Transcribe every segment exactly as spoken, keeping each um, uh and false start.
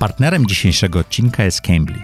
Partnerem dzisiejszego odcinka jest Cambly.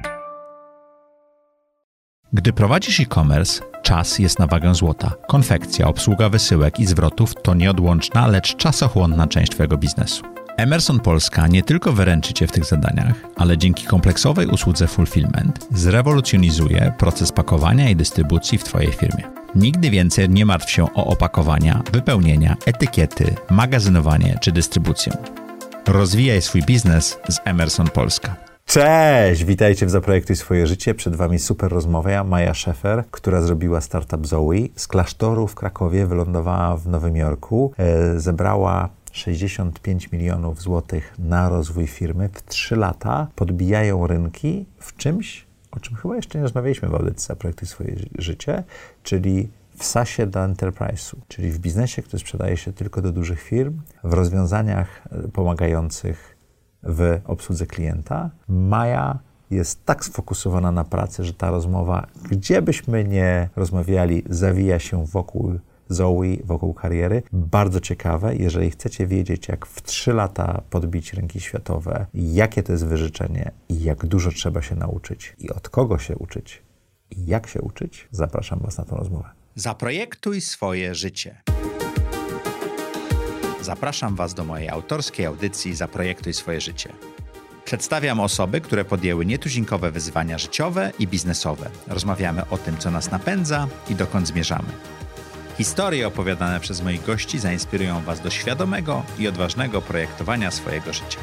Gdy prowadzisz e-commerce, czas jest na wagę złota. Konfekcja, obsługa wysyłek i zwrotów to nieodłączna, lecz czasochłonna część Twojego biznesu. Emerson Polska nie tylko wyręczy Cię w tych zadaniach, ale dzięki kompleksowej usłudze Fulfillment zrewolucjonizuje proces pakowania i dystrybucji w Twojej firmie. Nigdy więcej nie martw się o opakowania, wypełnienia, etykiety, magazynowanie czy dystrybucję. Rozwijaj swój biznes z Emerson Polska. Cześć! Witajcie w Zaprojektuj swoje życie. Przed Wami super rozmowa. Maja Szefer, która zrobiła startup Zoe. Z klasztoru w Krakowie wylądowała w Nowym Jorku. E, zebrała sześćdziesiąt pięć milionów złotych na rozwój firmy w trzy lata. Podbijają rynki w czymś, o czym chyba jeszcze nie rozmawialiśmy w audycji Zaprojektuj swoje życie, czyli w sasie dla enterprise'u, czyli w biznesie, który sprzedaje się tylko do dużych firm, w rozwiązaniach pomagających w obsłudze klienta. Maja jest tak sfokusowana na pracy, że ta rozmowa, gdzie byśmy nie rozmawiali, zawija się wokół Zoe, wokół kariery. Bardzo ciekawe. Jeżeli chcecie wiedzieć, jak w trzy lata podbić rynki światowe, jakie to jest wyrzeczenie i jak dużo trzeba się nauczyć i od kogo się uczyć i jak się uczyć, zapraszam Was na tę rozmowę. Zaprojektuj swoje życie. Zapraszam Was do mojej autorskiej audycji Zaprojektuj swoje życie. Przedstawiam osoby, które podjęły nietuzinkowe wyzwania życiowe i biznesowe. Rozmawiamy o tym, co nas napędza i dokąd zmierzamy. Historie opowiadane przez moich gości zainspirują Was do świadomego i odważnego projektowania swojego życia.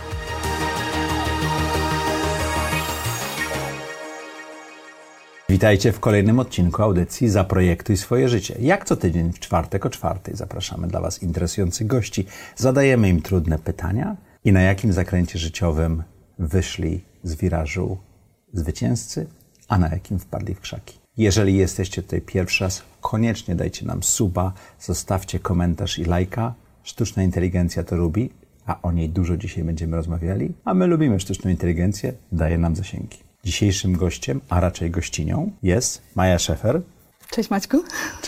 Witajcie w kolejnym odcinku audycji Zaprojektuj swoje życie. Jak co tydzień w czwartek o czwartej zapraszamy dla Was interesujących gości. Zadajemy im trudne pytania i na jakim zakręcie życiowym wyszli z wirażu zwycięzcy, a na jakim wpadli w krzaki. Jeżeli jesteście tutaj pierwszy raz, koniecznie dajcie nam suba, zostawcie komentarz i lajka. Sztuczna inteligencja to lubi, a o niej dużo dzisiaj będziemy rozmawiali, a my lubimy sztuczną inteligencję, daje nam zasięgi. Dzisiejszym gościem, a raczej gościnią, jest Maja Szefer. Cześć Maćku.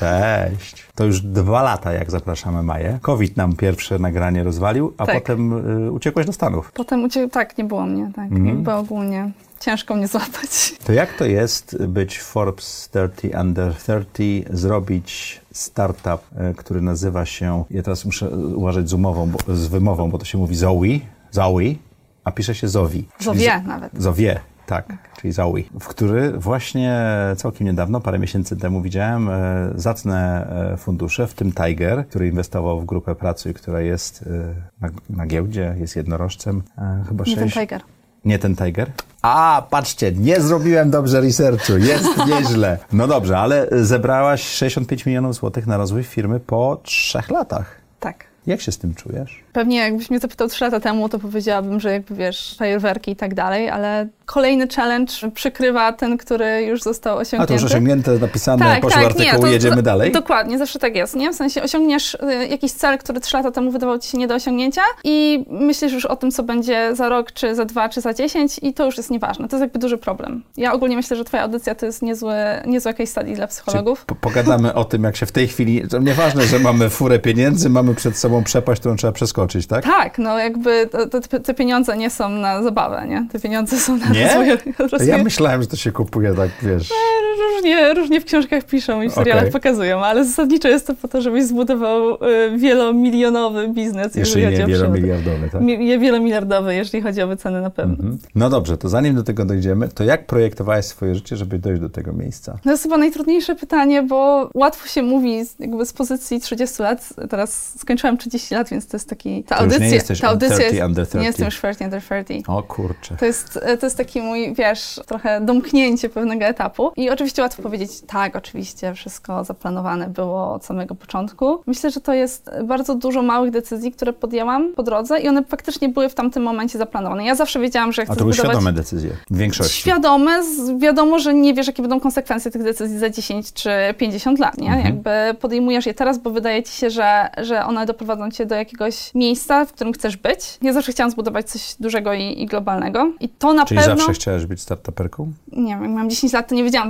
Cześć. To już dwa lata, jak zapraszamy Maję. COVID nam pierwsze nagranie rozwalił, a tak. potem y, uciekłeś do Stanów. Potem uciekłem, tak, nie było mnie, tak, mm. jakby ogólnie ciężko mnie złapać. To jak to jest być Forbes trzydzieści under trzydzieści, zrobić startup, y, który nazywa się, ja teraz muszę uważać z umową, bo, z wymową, bo to się mówi Zoe, Zoe, a pisze się Zowie. Zowie nawet. Zowie. Tak, czyli Zoe, w który właśnie całkiem niedawno, parę miesięcy temu widziałem e, zacne e, fundusze, w tym Tiger, który inwestował w grupę pracy, która jest e, na, na giełdzie, jest jednorożcem. E, chyba nie sześć... ten Tiger. Nie ten Tiger? A, patrzcie, nie zrobiłem dobrze researchu, jest nieźle. No dobrze, ale zebrałaś sześćdziesiąt pięć milionów złotych na rozwój firmy po trzech latach. Tak. Jak się z tym czujesz? Pewnie jakbyś mnie zapytał trzy lata temu, to powiedziałabym, że jakby wiesz, fajerwerki i tak dalej, ale kolejny challenge przykrywa ten, który już został osiągnięty. A to już osiągnięte, napisane, tak, poszło tak, artykuł, nie, to, jedziemy to, dalej? Dokładnie, zawsze tak jest, nie? W sensie osiągniesz y, jakiś cel, który trzy lata temu wydawał ci się nie do osiągnięcia i myślisz już o tym, co będzie za rok, czy za dwa, czy za dziesięć i to już jest nieważne. To jest jakby duży problem. Ja ogólnie myślę, że twoja audycja to jest niezły, niezła case study dla psychologów. Po, pogadamy o tym, jak się w tej chwili, to nieważne, że mamy furę pieniędzy, mamy przed sobą przepaść, którą trzeba przeskoczyć, tak? Tak, no jakby to, te, te pieniądze nie są na zabawę, nie? Te pieniądze są na nie? rozwój. rozwój. Ja myślałem, że to się kupuje tak, wiesz... Różnie, różnie w książkach piszą i w serialach okay. pokazują, ale zasadniczo jest to po to, żebyś zbudował y, wielomilionowy biznes. Jeszcze nie wielomiliardowy, tak? Mi, wielomiliardowy, jeżeli chodzi o wyceny na pewno. Mm-hmm. No dobrze, to zanim do tego dojdziemy, to jak projektowałeś swoje życie, żeby dojść do tego miejsca? To jest chyba najtrudniejsze pytanie, bo łatwo się mówi jakby z pozycji trzydziestu lat. Teraz skończyłam trzydzieści lat, więc to jest taki... Ta to audycja, już nie jesteś ta audycja thirty jest, under thirty. Nie jestem już thirty under thirty. O kurczę. To jest, to jest taki mój, wiesz, trochę domknięcie pewnego etapu. I oczywiście łatwo powiedzieć, tak, oczywiście wszystko zaplanowane było od samego początku. Myślę, że to jest bardzo dużo małych decyzji, które podjęłam po drodze i one faktycznie były w tamtym momencie zaplanowane. Ja zawsze wiedziałam, że chcę A to były zbudować... świadome decyzje w większości. Świadome, wiadomo, że nie wiesz, jakie będą konsekwencje tych decyzji za dziesięć czy pięćdziesiąt lat, nie? Mhm. Jakby podejmujesz je teraz, bo wydaje ci się, że, że one doprowadzą cię do jakiegoś miejsca, w którym chcesz być. Ja zawsze chciałam zbudować coś dużego i, i globalnego. I to na Czyli pewno... zawsze chciałaś być startuperką? Nie wiem, jak miałam dziesięć lat, to nie wiedziałam,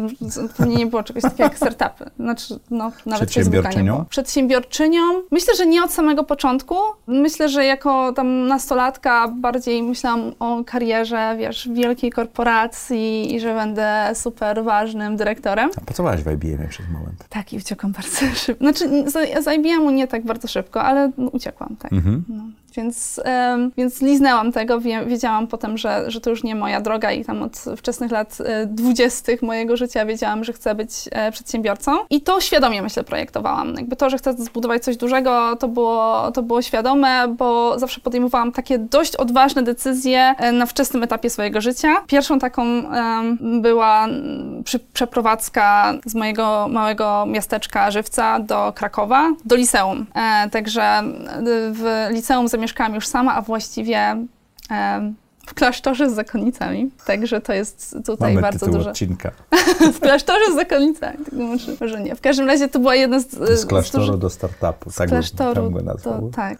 pewnie nie było czegoś takiego jak startupy. Znaczy, no, nawet Facebooka nie było. Przedsiębiorczynią? Myślę, że nie od samego początku. Myślę, że jako tam nastolatka bardziej myślałam o karierze, wiesz, wielkiej korporacji i że będę super ważnym dyrektorem. A pracowałaś w I B M przez moment? Tak, i uciekłam bardzo szybko. Znaczy, z, z I B M-u nie tak bardzo szybko, ale no, uciekłam, tak. Mhm. No. Więc, um, więc liznęłam tego, wie, wiedziałam potem, że, że to już nie moja droga i tam od wczesnych lat dwudziestych mojego życia wiedziałam, że chcę być e, przedsiębiorcą i to świadomie, myślę, projektowałam. Jakby to, że chcę zbudować coś dużego, to było, to było świadome, bo zawsze podejmowałam takie dość odważne decyzje na wczesnym etapie swojego życia. Pierwszą taką um, była przy, przeprowadzka z mojego małego miasteczka Żywca do Krakowa, do liceum. E, także w liceum mieszkałam już sama, a właściwie e, w klasztorze z zakonnicami. Także to jest tutaj Mamy bardzo tytuł dużo. odcinka. W klasztorze z zakonnicami. Tak, może, może nie. W każdym razie to była jedna z... Z klasztoru z duży... do startupu. Z tak klasztoru go do... Tak.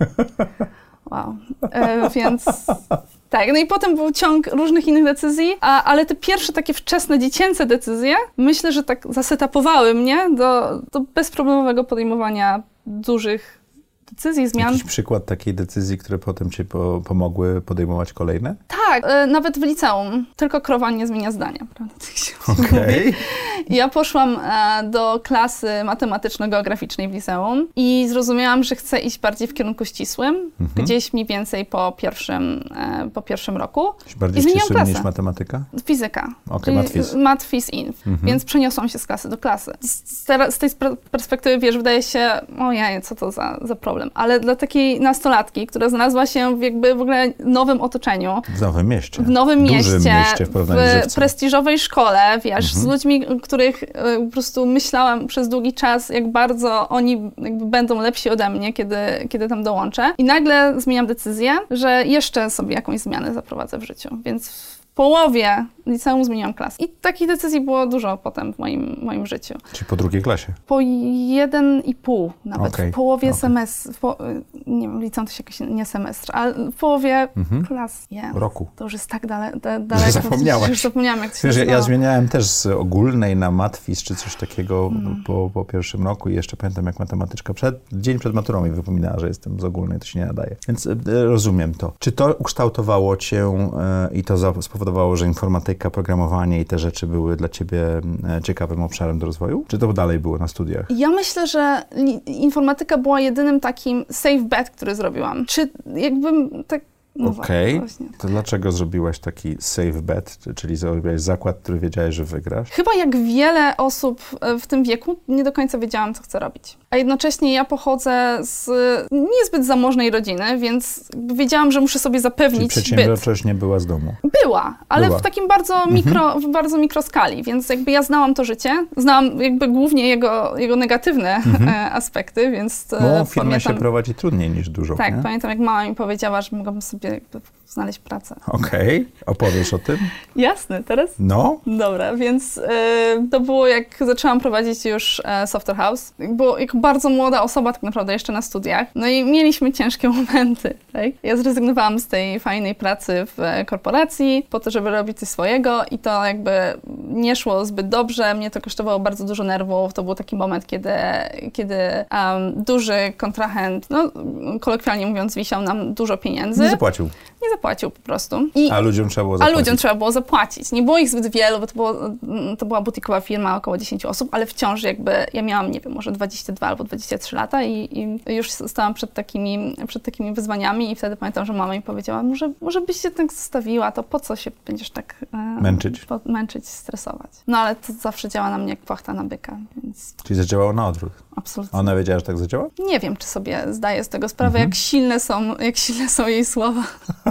Wow. E, więc... Tak, no i potem był ciąg różnych innych decyzji, a, ale te pierwsze takie wczesne, dziecięce decyzje, myślę, że tak zasetapowały mnie do, do bezproblemowego podejmowania dużych decyzji, zmian. Jakiś przykład takiej decyzji, które potem ci po, pomogły podejmować kolejne? Tak, e, nawet w liceum. Tylko krowa nie zmienia zdania, prawda? Okej. Okay. Ja poszłam e, do klasy matematyczno-geograficznej w liceum i zrozumiałam, że chcę iść bardziej w kierunku ścisłym, mhm. gdzieś mniej więcej po pierwszym, e, po pierwszym roku. Bardziej ścisłym klasę. Niż matematyka? Fizyka. Okej, okay, matfiz. Matfiz inf. Mhm. Więc przeniosłam się z klasy do klasy. Z, z tej perspektywy, wiesz, wydaje się, ojej, co to za, za problem. Ale dla takiej nastolatki, która znalazła się w jakby w ogóle nowym otoczeniu. W nowym mieście. W nowym Dużym mieście. mieście w porównaniu z Żywcem. W prestiżowej szkole, wiesz, mhm. z ludźmi, których po prostu myślałam przez długi czas, jak bardzo oni jakby będą lepsi ode mnie, kiedy, kiedy tam dołączę. I nagle zmieniam decyzję, że jeszcze sobie jakąś zmianę zaprowadzę w życiu. Więc w połowie liceum zmieniłam klasę. I takich decyzji było dużo potem w moim, moim życiu. Czyli po drugiej klasie? Po jeden i pół nawet. Okay. W połowie okay. semestru. Po, nie wiem, liceum to się jakiś nie semestr, ale w połowie mhm. klas. Yeah. Roku. To już jest tak dale, da, daleko. Zapomniałaś. Już zapomniałam, jak to się Wiesz, nazywało. Ja zmieniałem też z ogólnej na matfiz, czy coś takiego hmm. po, po pierwszym roku i jeszcze pamiętam, jak matematyczka przed, dzień przed maturą mi wypominała, że jestem z ogólnej, to się nie nadaje. Więc e, rozumiem to. Czy to ukształtowało cię e, i to spowodowało, że informatyka, programowanie i te rzeczy były dla ciebie ciekawym obszarem do rozwoju? Czy to dalej było na studiach? Ja myślę, że informatyka była jedynym takim safe bet, który zrobiłam. Czy jakbym tak... No Okej, okay. To dlaczego zrobiłaś taki safe bet, czyli zrobiłaś zakład, który wiedziałeś, że wygrasz? Chyba jak wiele osób w tym wieku nie do końca wiedziałam, co chcę robić. A jednocześnie ja pochodzę z niezbyt zamożnej rodziny, więc wiedziałam, że muszę sobie zapewnić czyli przedsiębiorczość byt. Nie była z domu? Była, ale była. w takim bardzo mikro, mhm. w bardzo mikroskali, więc jakby ja znałam to życie, znałam jakby głównie jego, jego negatywne mhm. aspekty, więc... Bo firmę pamiętam, się prowadzi trudniej niż dużo. Tak, nie? Pamiętam, jak mama mi powiedziała, że mogłabym sobie jakby znaleźć pracę. Okej, okay. Opowiesz o tym? Jasne, teraz? No. Dobra, więc y, to było jak zaczęłam prowadzić już e, Software House. Było jako bardzo młoda osoba tak naprawdę jeszcze na studiach. No i mieliśmy ciężkie momenty. Tak? Ja zrezygnowałam z tej fajnej pracy w korporacji po to, żeby robić coś swojego i to jakby nie szło zbyt dobrze. Mnie to kosztowało bardzo dużo nerwów. To był taki moment, kiedy, kiedy um, duży kontrahent, no kolokwialnie mówiąc, wisiał nam dużo pieniędzy. Nie zapłacił. Nie zapłacił po prostu. I, a ludziom trzeba było zapłacić. A ludziom trzeba było zapłacić. Nie było ich zbyt wielu, bo to, było, to była butikowa firma, około dziesięć osób, ale wciąż jakby ja miałam, nie wiem, może dwadzieścia dwa albo dwadzieścia trzy lata i, i już stałam przed takimi, przed takimi wyzwaniami i wtedy pamiętam, że mama mi powiedziała, może, może byś się tak zostawiła, to po co się będziesz tak e, męczyć? Po, męczyć, stresować. No ale to zawsze działa na mnie jak płachta na byka, więc... Czyli zadziałało na odwrót? Absolutnie. A ona wiedziała, że tak zadziała? Nie wiem, czy sobie zdaję z tego sprawę, mhm. jak silne są, jak silne są jej słowa.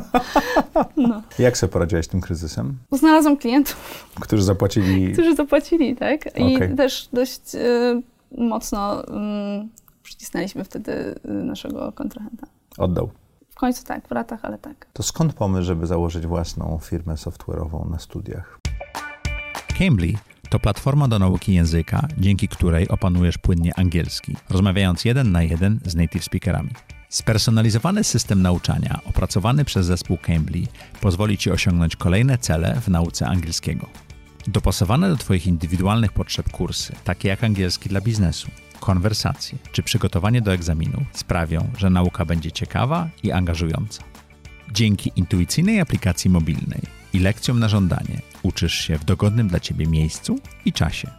No. Jak sobie poradziłaś z tym kryzysem? Znalazłam klientów. Którzy zapłacili... Którzy zapłacili, tak. I okay. też dość y, mocno y, przycisnęliśmy wtedy y, naszego kontrahenta. Oddał. W końcu tak, w ratach, ale tak. To skąd pomysł, żeby założyć własną firmę software'ową na studiach? Cambly to platforma do nauki języka, dzięki której opanujesz płynnie angielski, rozmawiając jeden na jeden z native speakerami. Spersonalizowany system nauczania opracowany przez zespół Cambly pozwoli Ci osiągnąć kolejne cele w nauce angielskiego. Dopasowane do Twoich indywidualnych potrzeb kursy, takie jak angielski dla biznesu, konwersacje czy przygotowanie do egzaminu sprawią, że nauka będzie ciekawa i angażująca. Dzięki intuicyjnej aplikacji mobilnej i lekcjom na żądanie uczysz się w dogodnym dla Ciebie miejscu i czasie.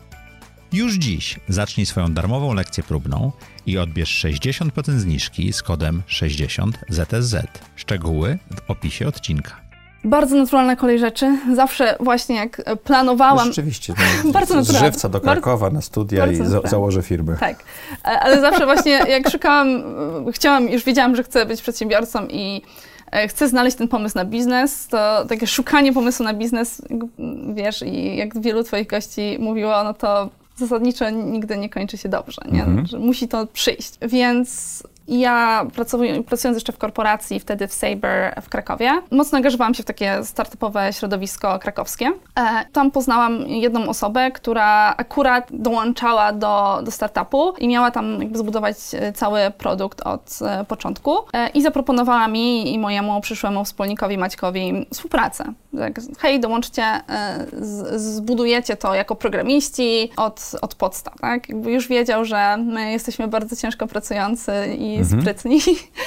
Już dziś zacznij swoją darmową lekcję próbną i odbierz sześćdziesiąt procent zniżki z kodem sześćdziesiąt Z S Z. Szczegóły w opisie odcinka. Bardzo naturalna kolej rzeczy. Zawsze właśnie jak planowałam... No rzeczywiście. No, bardzo z naturalna. Żywca do Krakowa bardzo, na studia i za, założę firmę. Tak. Ale zawsze właśnie jak szukałam, chciałam, już wiedziałam, że chcę być przedsiębiorcą i chcę znaleźć ten pomysł na biznes, to takie szukanie pomysłu na biznes, wiesz, i jak wielu Twoich gości mówiło, no to zasadniczo nigdy nie kończy się dobrze, nie? Mhm. Że musi to przyjść. Więc ja pracując jeszcze w korporacji, wtedy w Sabre w Krakowie, mocno angażowałam się w takie startupowe środowisko krakowskie. Tam poznałam jedną osobę, która akurat dołączała do, do startupu i miała tam jakby zbudować cały produkt od początku i zaproponowała mi i mojemu przyszłemu wspólnikowi Maćkowi współpracę. Tak, hej, dołączcie, z, zbudujecie to jako programiści od, od podstaw. Tak? Jakby już wiedział, że my jesteśmy bardzo ciężko pracujący i Mhm. sprytni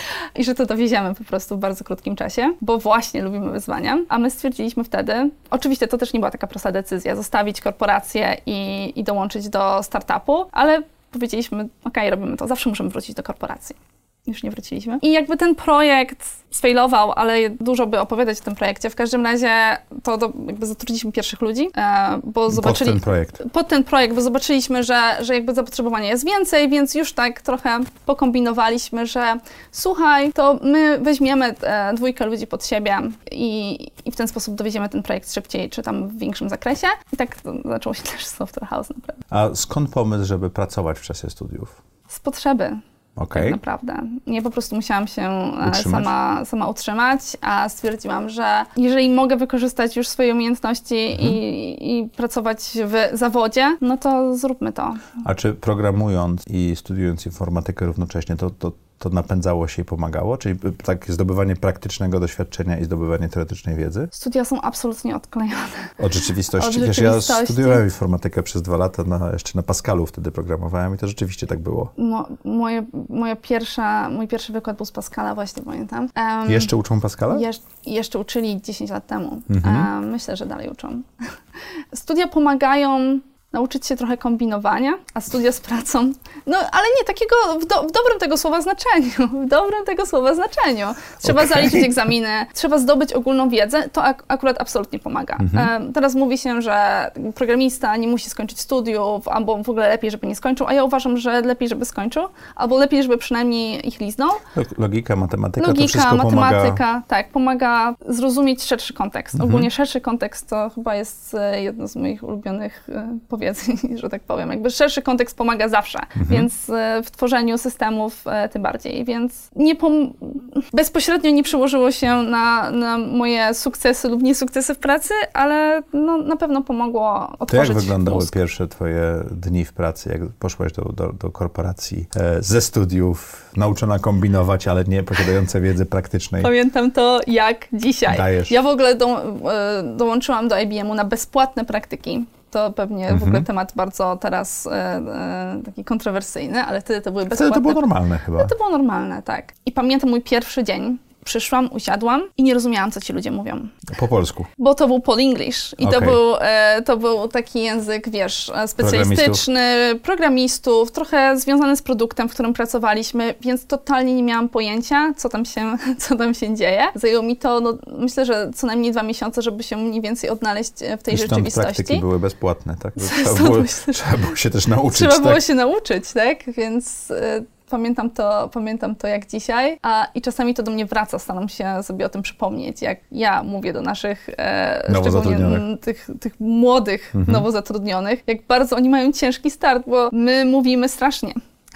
i że to dowieziemy po prostu w bardzo krótkim czasie, bo właśnie lubimy wyzwania. A my stwierdziliśmy wtedy, oczywiście to też nie była taka prosta decyzja, zostawić korporację i, i dołączyć do startupu, ale powiedzieliśmy, okej, robimy to, zawsze możemy wrócić do korporacji. Już nie wróciliśmy. I jakby ten projekt sfailował, ale dużo by opowiadać o tym projekcie. W każdym razie to do, jakby zatrudniliśmy pierwszych ludzi, e, bo zobaczyli... Pod ten projekt. Pod ten projekt, bo zobaczyliśmy, że, że jakby zapotrzebowanie jest więcej, więc już tak trochę pokombinowaliśmy, że słuchaj, to my weźmiemy e, dwójkę ludzi pod siebie i, i w ten sposób dowieziemy ten projekt szybciej, czy tam w większym zakresie. I tak to zaczęło się też Software House naprawdę. A skąd pomysł, żeby pracować w czasie studiów? Z potrzeby. Okay. Tak naprawdę. Nie po prostu musiałam się utrzymać. Sama, sama utrzymać, a stwierdziłam, że jeżeli mogę wykorzystać już swoje umiejętności mhm. i, i pracować w zawodzie, no to zróbmy to. A czy programując i studiując informatykę równocześnie, to, to, to napędzało się i pomagało? Czyli takie zdobywanie praktycznego doświadczenia i zdobywanie teoretycznej wiedzy? Studia są absolutnie odklejone. Od rzeczywistości. Od Wiesz, rzeczywistości. Ja studiowałem informatykę przez dwa lata, na, jeszcze na Pascalu wtedy programowałem i to rzeczywiście tak było. Mo, moje, moja pierwsza, mój pierwszy wykład był z Pascala, właśnie pamiętam. Um, jeszcze uczą Pascala? Jesz, jeszcze uczyli dziesięć lat temu. Mhm. Um, myślę, że dalej uczą. Studia pomagają nauczyć się trochę kombinowania, a studia z pracą, no ale nie, takiego w, do, w dobrym tego słowa znaczeniu, w dobrym tego słowa znaczeniu. Trzeba okay. zaliczyć egzaminy, trzeba zdobyć ogólną wiedzę, to ak akurat absolutnie pomaga. Mhm. E, teraz mówi się, że programista nie musi skończyć studiów, albo w ogóle lepiej, żeby nie skończył, a ja uważam, że lepiej, żeby skończył, albo lepiej, żeby przynajmniej ich liznął. Logika, matematyka, Logika, to wszystko matematyka, pomaga. Tak, pomaga zrozumieć szerszy kontekst. Mhm. Ogólnie szerszy kontekst to chyba jest jedno z moich ulubionych powiedzeń, że tak powiem. Jakby szerszy kontekst pomaga zawsze, mhm. więc w tworzeniu systemów tym bardziej. Więc nie pom- bezpośrednio nie przełożyło się na, na moje sukcesy lub niesukcesy w pracy, ale no, na pewno pomogło otworzyć To jak wyglądały mózg. pierwsze twoje dni w pracy, jak poszłaś do, do, do korporacji e, ze studiów, nauczona kombinować, ale nie posiadająca wiedzy praktycznej? Pamiętam to jak dzisiaj. Dajesz. Ja w ogóle do, dołączyłam do I B M u na bezpłatne praktyki. To pewnie mhm. w ogóle temat bardzo teraz e, e, taki kontrowersyjny, ale wtedy to były bezpłatne. Wtedy to było normalne chyba. Wtedy to było normalne, tak. I pamiętam mój pierwszy dzień. Przyszłam, usiadłam i nie rozumiałam, co ci ludzie mówią. Po polsku? Bo to był Polenglish i okay. to, był, e, to był taki język, wiesz, specjalistyczny, programistów. programistów, trochę związany z produktem, w którym pracowaliśmy, więc totalnie nie miałam pojęcia, co tam się, co tam się dzieje. Zajęło mi to, no, myślę, że co najmniej dwa miesiące, żeby się mniej więcej odnaleźć w tej I stąd rzeczywistości. praktyki były bezpłatne, tak? Trzeba było, myślę, trzeba było się też nauczyć. Trzeba tak? było się nauczyć, tak? Więc... E, Pamiętam to, pamiętam to jak dzisiaj, a i czasami to do mnie wraca, staram się sobie o tym przypomnieć, jak ja mówię do naszych, e, szczególnie tych, tych młodych, mhm. nowo zatrudnionych, jak bardzo oni mają ciężki start, bo my mówimy strasznie.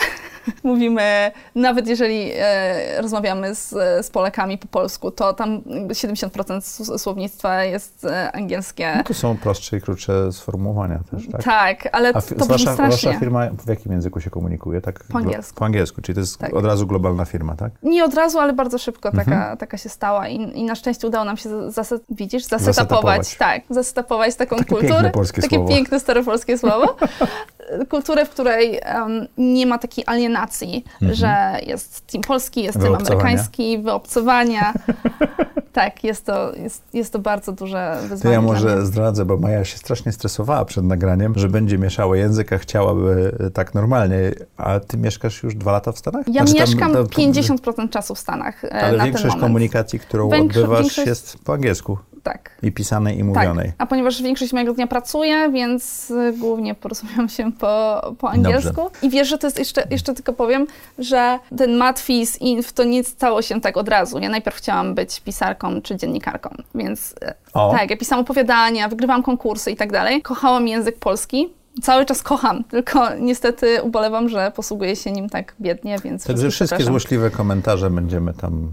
Mówimy, nawet jeżeli e, rozmawiamy z, z Polakami po polsku, to tam siedemdziesiąt procent słownictwa jest e, angielskie. No to są prostsze i krótsze sformułowania też, tak? Tak, ale A to wasza, brzmi strasznie. wasza firma w jakim języku się komunikuje? Tak? Po angielsku. Po angielsku, czyli to jest tak. od razu globalna firma, tak? Nie od razu, ale bardzo szybko taka, mhm. taka się stała i, i na szczęście udało nam się zaset, widzisz, zasetapować. zasetapować, tak, zasetapować taką takie kulturę. Piękne polskie takie słowo. piękne staropolskie słowo. Kulturę, w której um, nie ma takiej alienacji, mhm. że jest team polski, jest team amerykański, wyobcowania. Tak, jest to, jest, jest to bardzo duże wyzwanie. To ja może zdradzę, bo Maja się strasznie stresowała przed nagraniem, że będzie mieszała język, a chciałaby tak normalnie. A ty mieszkasz już dwa lata w Stanach? Ja znaczy, mieszkam tam, tam, pięćdziesiąt procent czasu w Stanach. Ale na większość ten komunikacji, którą Większo- odbywasz, większość... jest po angielsku. Tak. I pisanej, i mówionej. Tak. A ponieważ większość mojego dnia pracuję, więc głównie porozumieram się po, po angielsku. Dobrze. I wiesz, że to jest, jeszcze, jeszcze tylko powiem, że ten Matfis, Inf, to nie stało się tak od razu. Ja najpierw chciałam być pisarką czy dziennikarką, więc o. tak, ja pisałam opowiadania, wygrywałam konkursy i tak dalej. Kochałam język polski. Cały czas kocham, tylko niestety ubolewam, że posługuję się nim tak biednie, więc... Także wszystkie złośliwe komentarze będziemy tam...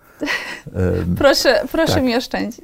proszę proszę tak. mi oszczędzić.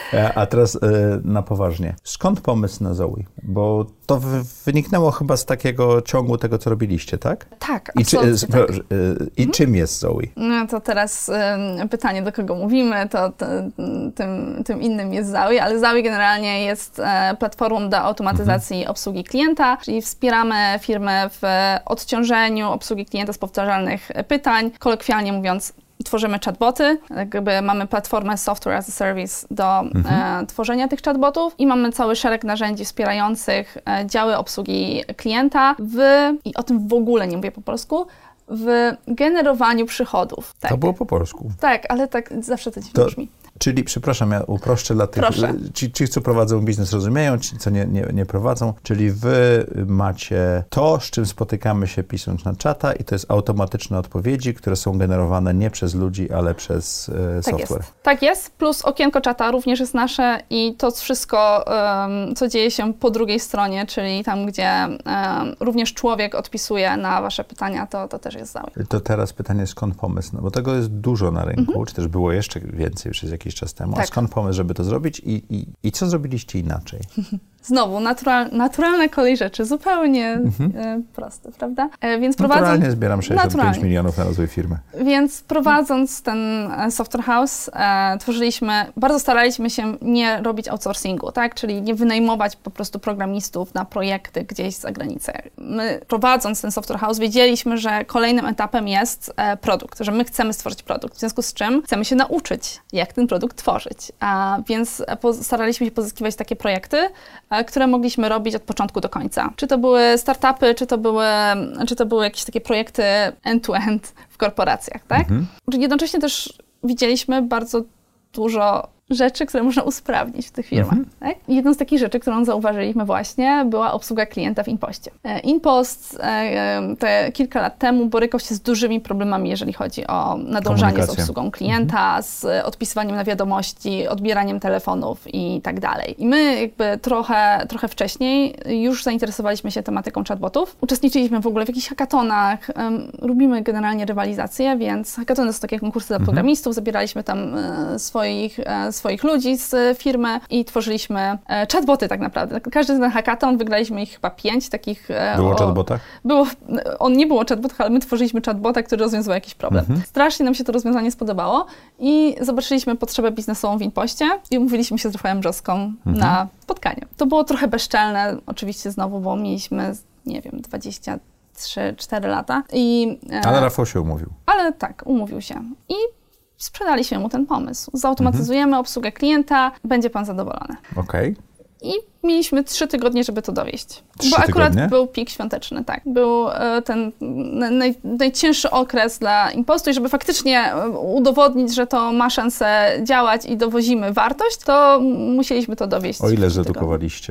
A teraz na poważnie. Skąd pomysł na Zoe? Bo to wyniknęło chyba z takiego ciągu tego, co robiliście, tak? Tak, I, czy, tak. I mhm. czym jest Zoe? No to teraz y, pytanie, do kogo mówimy, to, to tym, tym innym jest Zoe, ale Zoe generalnie jest e, platformą do automatyzacji mhm. obsługi klienta, czyli wspieramy firmy w odciążeniu obsługi klienta z powtarzalnych pytań, kolokwialnie mówiąc, tworzymy chatboty, jakby mamy platformę Software as a Service do mhm. e, tworzenia tych chatbotów i mamy cały szereg narzędzi wspierających e, działy obsługi klienta w, i o tym w ogóle nie mówię po polsku, w generowaniu przychodów. Tak. To było po polsku. Tak, ale tak zawsze to dziwnie brzmi. Czyli, przepraszam, ja uproszczę dla tych, ci, ci, co prowadzą biznes, rozumieją, ci, co nie, nie, nie prowadzą, czyli wy macie to, z czym spotykamy się pisząc na czata i to jest automatyczne odpowiedzi, które są generowane nie przez ludzi, ale przez e, tak software. Jest. Tak jest, plus okienko czata również jest nasze i to wszystko, um, co dzieje się po drugiej stronie, czyli tam, gdzie um, również człowiek odpisuje na wasze pytania, to, to też jest Zoe. To teraz pytanie, skąd pomysł? No bo tego jest dużo na rynku, mhm. czy też było jeszcze więcej przez jakiś czas temu. Tak. A skąd pomysł, żeby to zrobić i, i, i co zrobiliście inaczej? Znowu, natural, naturalna kolej rzeczy, zupełnie mhm. e, proste, prawda? E, więc prowadząc, naturalnie zbieram sześćdziesiąt pięć naturalnie. milionów na rozwój firmy. Więc prowadząc ten Software House, e, tworzyliśmy, bardzo staraliśmy się nie robić outsourcingu, tak? Czyli nie wynajmować po prostu programistów na projekty gdzieś za granicę. My prowadząc ten Software House wiedzieliśmy, że kolejnym etapem jest e, produkt, że my chcemy stworzyć produkt, w związku z czym chcemy się nauczyć, jak ten produkt tworzyć. A, więc po, staraliśmy się pozyskiwać takie projekty, a, które mogliśmy robić od początku do końca. Czy to były startupy, czy to były, czy to były jakieś takie projekty end-to-end w korporacjach, tak? Mhm. Jednocześnie też widzieliśmy bardzo dużo rzeczy, które można usprawnić w tych firmach. Mhm. Tak? Jedną z takich rzeczy, którą zauważyliśmy właśnie, była obsługa klienta w InPostie. InPost te kilka lat temu borykał się z dużymi problemami, jeżeli chodzi o nadążanie z obsługą klienta, mhm. z odpisywaniem na wiadomości, odbieraniem telefonów i tak dalej. I my jakby trochę, trochę wcześniej już zainteresowaliśmy się tematyką chatbotów. Uczestniczyliśmy w ogóle w jakichś hackatonach. Lubimy generalnie rywalizację, więc hackatony to są takie konkursy dla mhm. programistów. Zabieraliśmy tam swoich swoich ludzi z firmy i tworzyliśmy e, chatboty tak naprawdę. Każdy ten hackathon, wygraliśmy ich chyba pięć takich. E, było o chatbotach? Było, on nie było chatbotach, ale my tworzyliśmy chatbota, który rozwiązywał jakiś problem. Mhm. Strasznie nam się to rozwiązanie spodobało i zobaczyliśmy potrzebę biznesową w InPostie i umówiliśmy się z Rafałem Brzoską mhm. na spotkanie. To było trochę bezczelne, oczywiście znowu, bo mieliśmy, nie wiem, dwadzieścia trzy cztery lata. I, e, ale Rafał się umówił. Ale tak, umówił się. I sprzedaliśmy mu ten pomysł. Zautomatyzujemy mhm. obsługę klienta, będzie pan zadowolony. Okej. Okay. I mieliśmy trzy tygodnie, żeby to dowieść. Trzy Bo akurat tygodnie? Był pik świąteczny, tak. Był ten naj, najcięższy okres dla InPostu i żeby faktycznie udowodnić, że to ma szansę działać i dowozimy wartość, to musieliśmy to dowieść. O ile zredukowaliście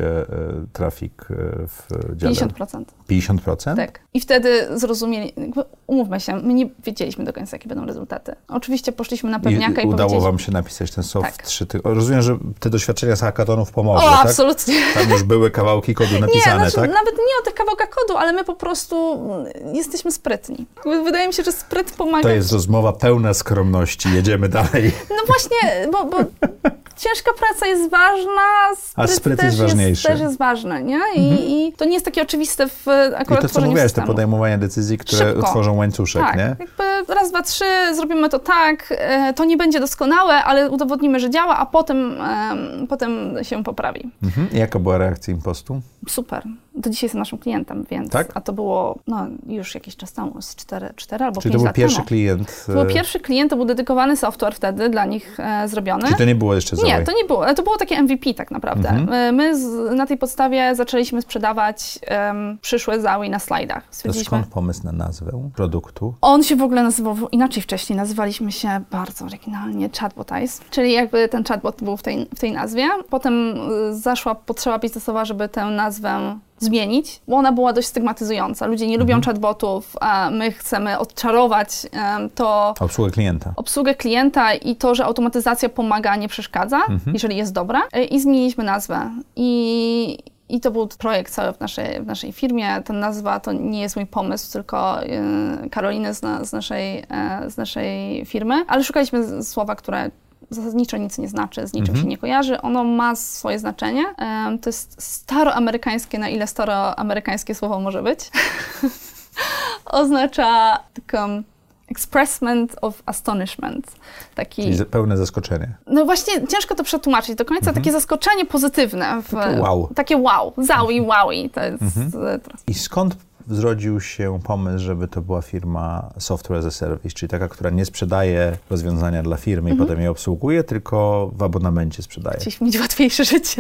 trafik w dziale? pięćdziesiąt procent. pięćdziesiąt procent? Tak. I wtedy zrozumieli, umówmy się, my nie wiedzieliśmy do końca, jakie będą rezultaty. Oczywiście poszliśmy na pewniaka i, i udało powiedzieliśmy... wam się napisać ten soft tak. trzy tygodnie. Rozumiem, że te doświadczenia z hackathonów pomogły, O, tak? absolutnie. Tam już były kawałki kodu napisane, nie, znaczy, tak? Nawet nie o tych kawałkach kodu, ale my po prostu jesteśmy sprytni. Wydaje mi się, że spryt pomaga. To jest rozmowa pełna skromności. Jedziemy dalej. No właśnie, bo, bo ciężka praca jest ważna, spryt, a spryt też jest ważniejszy. Jest, też jest ważny, nie? I, mhm. i to nie jest takie oczywiste w akurat I to, co tworzeniu mówiłaś, systemu. to podejmowanie decyzji, które Szybko. tworzą łańcuszek, tak, nie? Jakby raz, dwa, trzy, zrobimy to tak, to nie będzie doskonałe, ale udowodnimy, że działa, a potem, um, potem się poprawi. Mhm. I jaka była reakcja Impostu? Super. Do dzisiaj jestem naszym klientem, więc... Tak? A to było, no, już jakiś czas temu, z cztery, cztery albo Czyli pięć to był lat pierwszy temu. klient? To był pierwszy klient, to był dedykowany software wtedy dla nich e, zrobiony. Czyli to nie było jeszcze Zoe? Nie, to nie było. To było takie M V P tak naprawdę. Mhm. My z, na tej podstawie zaczęliśmy sprzedawać um, przyszłe Zoe na slajdach. To skąd pomysł na nazwę produktu? On się w ogóle nazywał inaczej wcześniej. Nazywaliśmy się bardzo oryginalnie Chatbotize, czyli jakby ten chatbot był w tej, w tej nazwie. Potem zaszła potrzeba biznesowa, żeby tę nazwę zmienić, bo ona była dość stygmatyzująca. Ludzie nie lubią mhm. chatbotów, a my chcemy odczarować um, to... Obsługę klienta. Obsługę klienta i to, że automatyzacja pomaga, a nie przeszkadza, mhm. jeżeli jest dobra. I zmieniliśmy nazwę. I... I to był projekt cały w naszej, w naszej firmie. Ta nazwa to nie jest mój pomysł, tylko y, Karoliny z, na, z, naszej, y, z naszej firmy. Ale szukaliśmy słowa, które zasadniczo nic nie znaczy, z niczym mhm. się nie kojarzy. Ono ma swoje znaczenie. Y, to jest staroamerykańskie, na ile staroamerykańskie słowo może być. Oznacza taką expressment of astonishment. Taki... Czyli pełne zaskoczenie. No właśnie, ciężko to przetłumaczyć do końca. Mhm. Takie zaskoczenie pozytywne. W, takie wow. Takie wow. Zowie, wowie. To jest... Mhm. I skąd zrodził się pomysł, żeby to była firma Software as a Service, czyli taka, która nie sprzedaje rozwiązania dla firmy mhm. i potem je obsługuje, tylko w abonamencie sprzedaje? Chcieliśmy mieć łatwiejsze życie.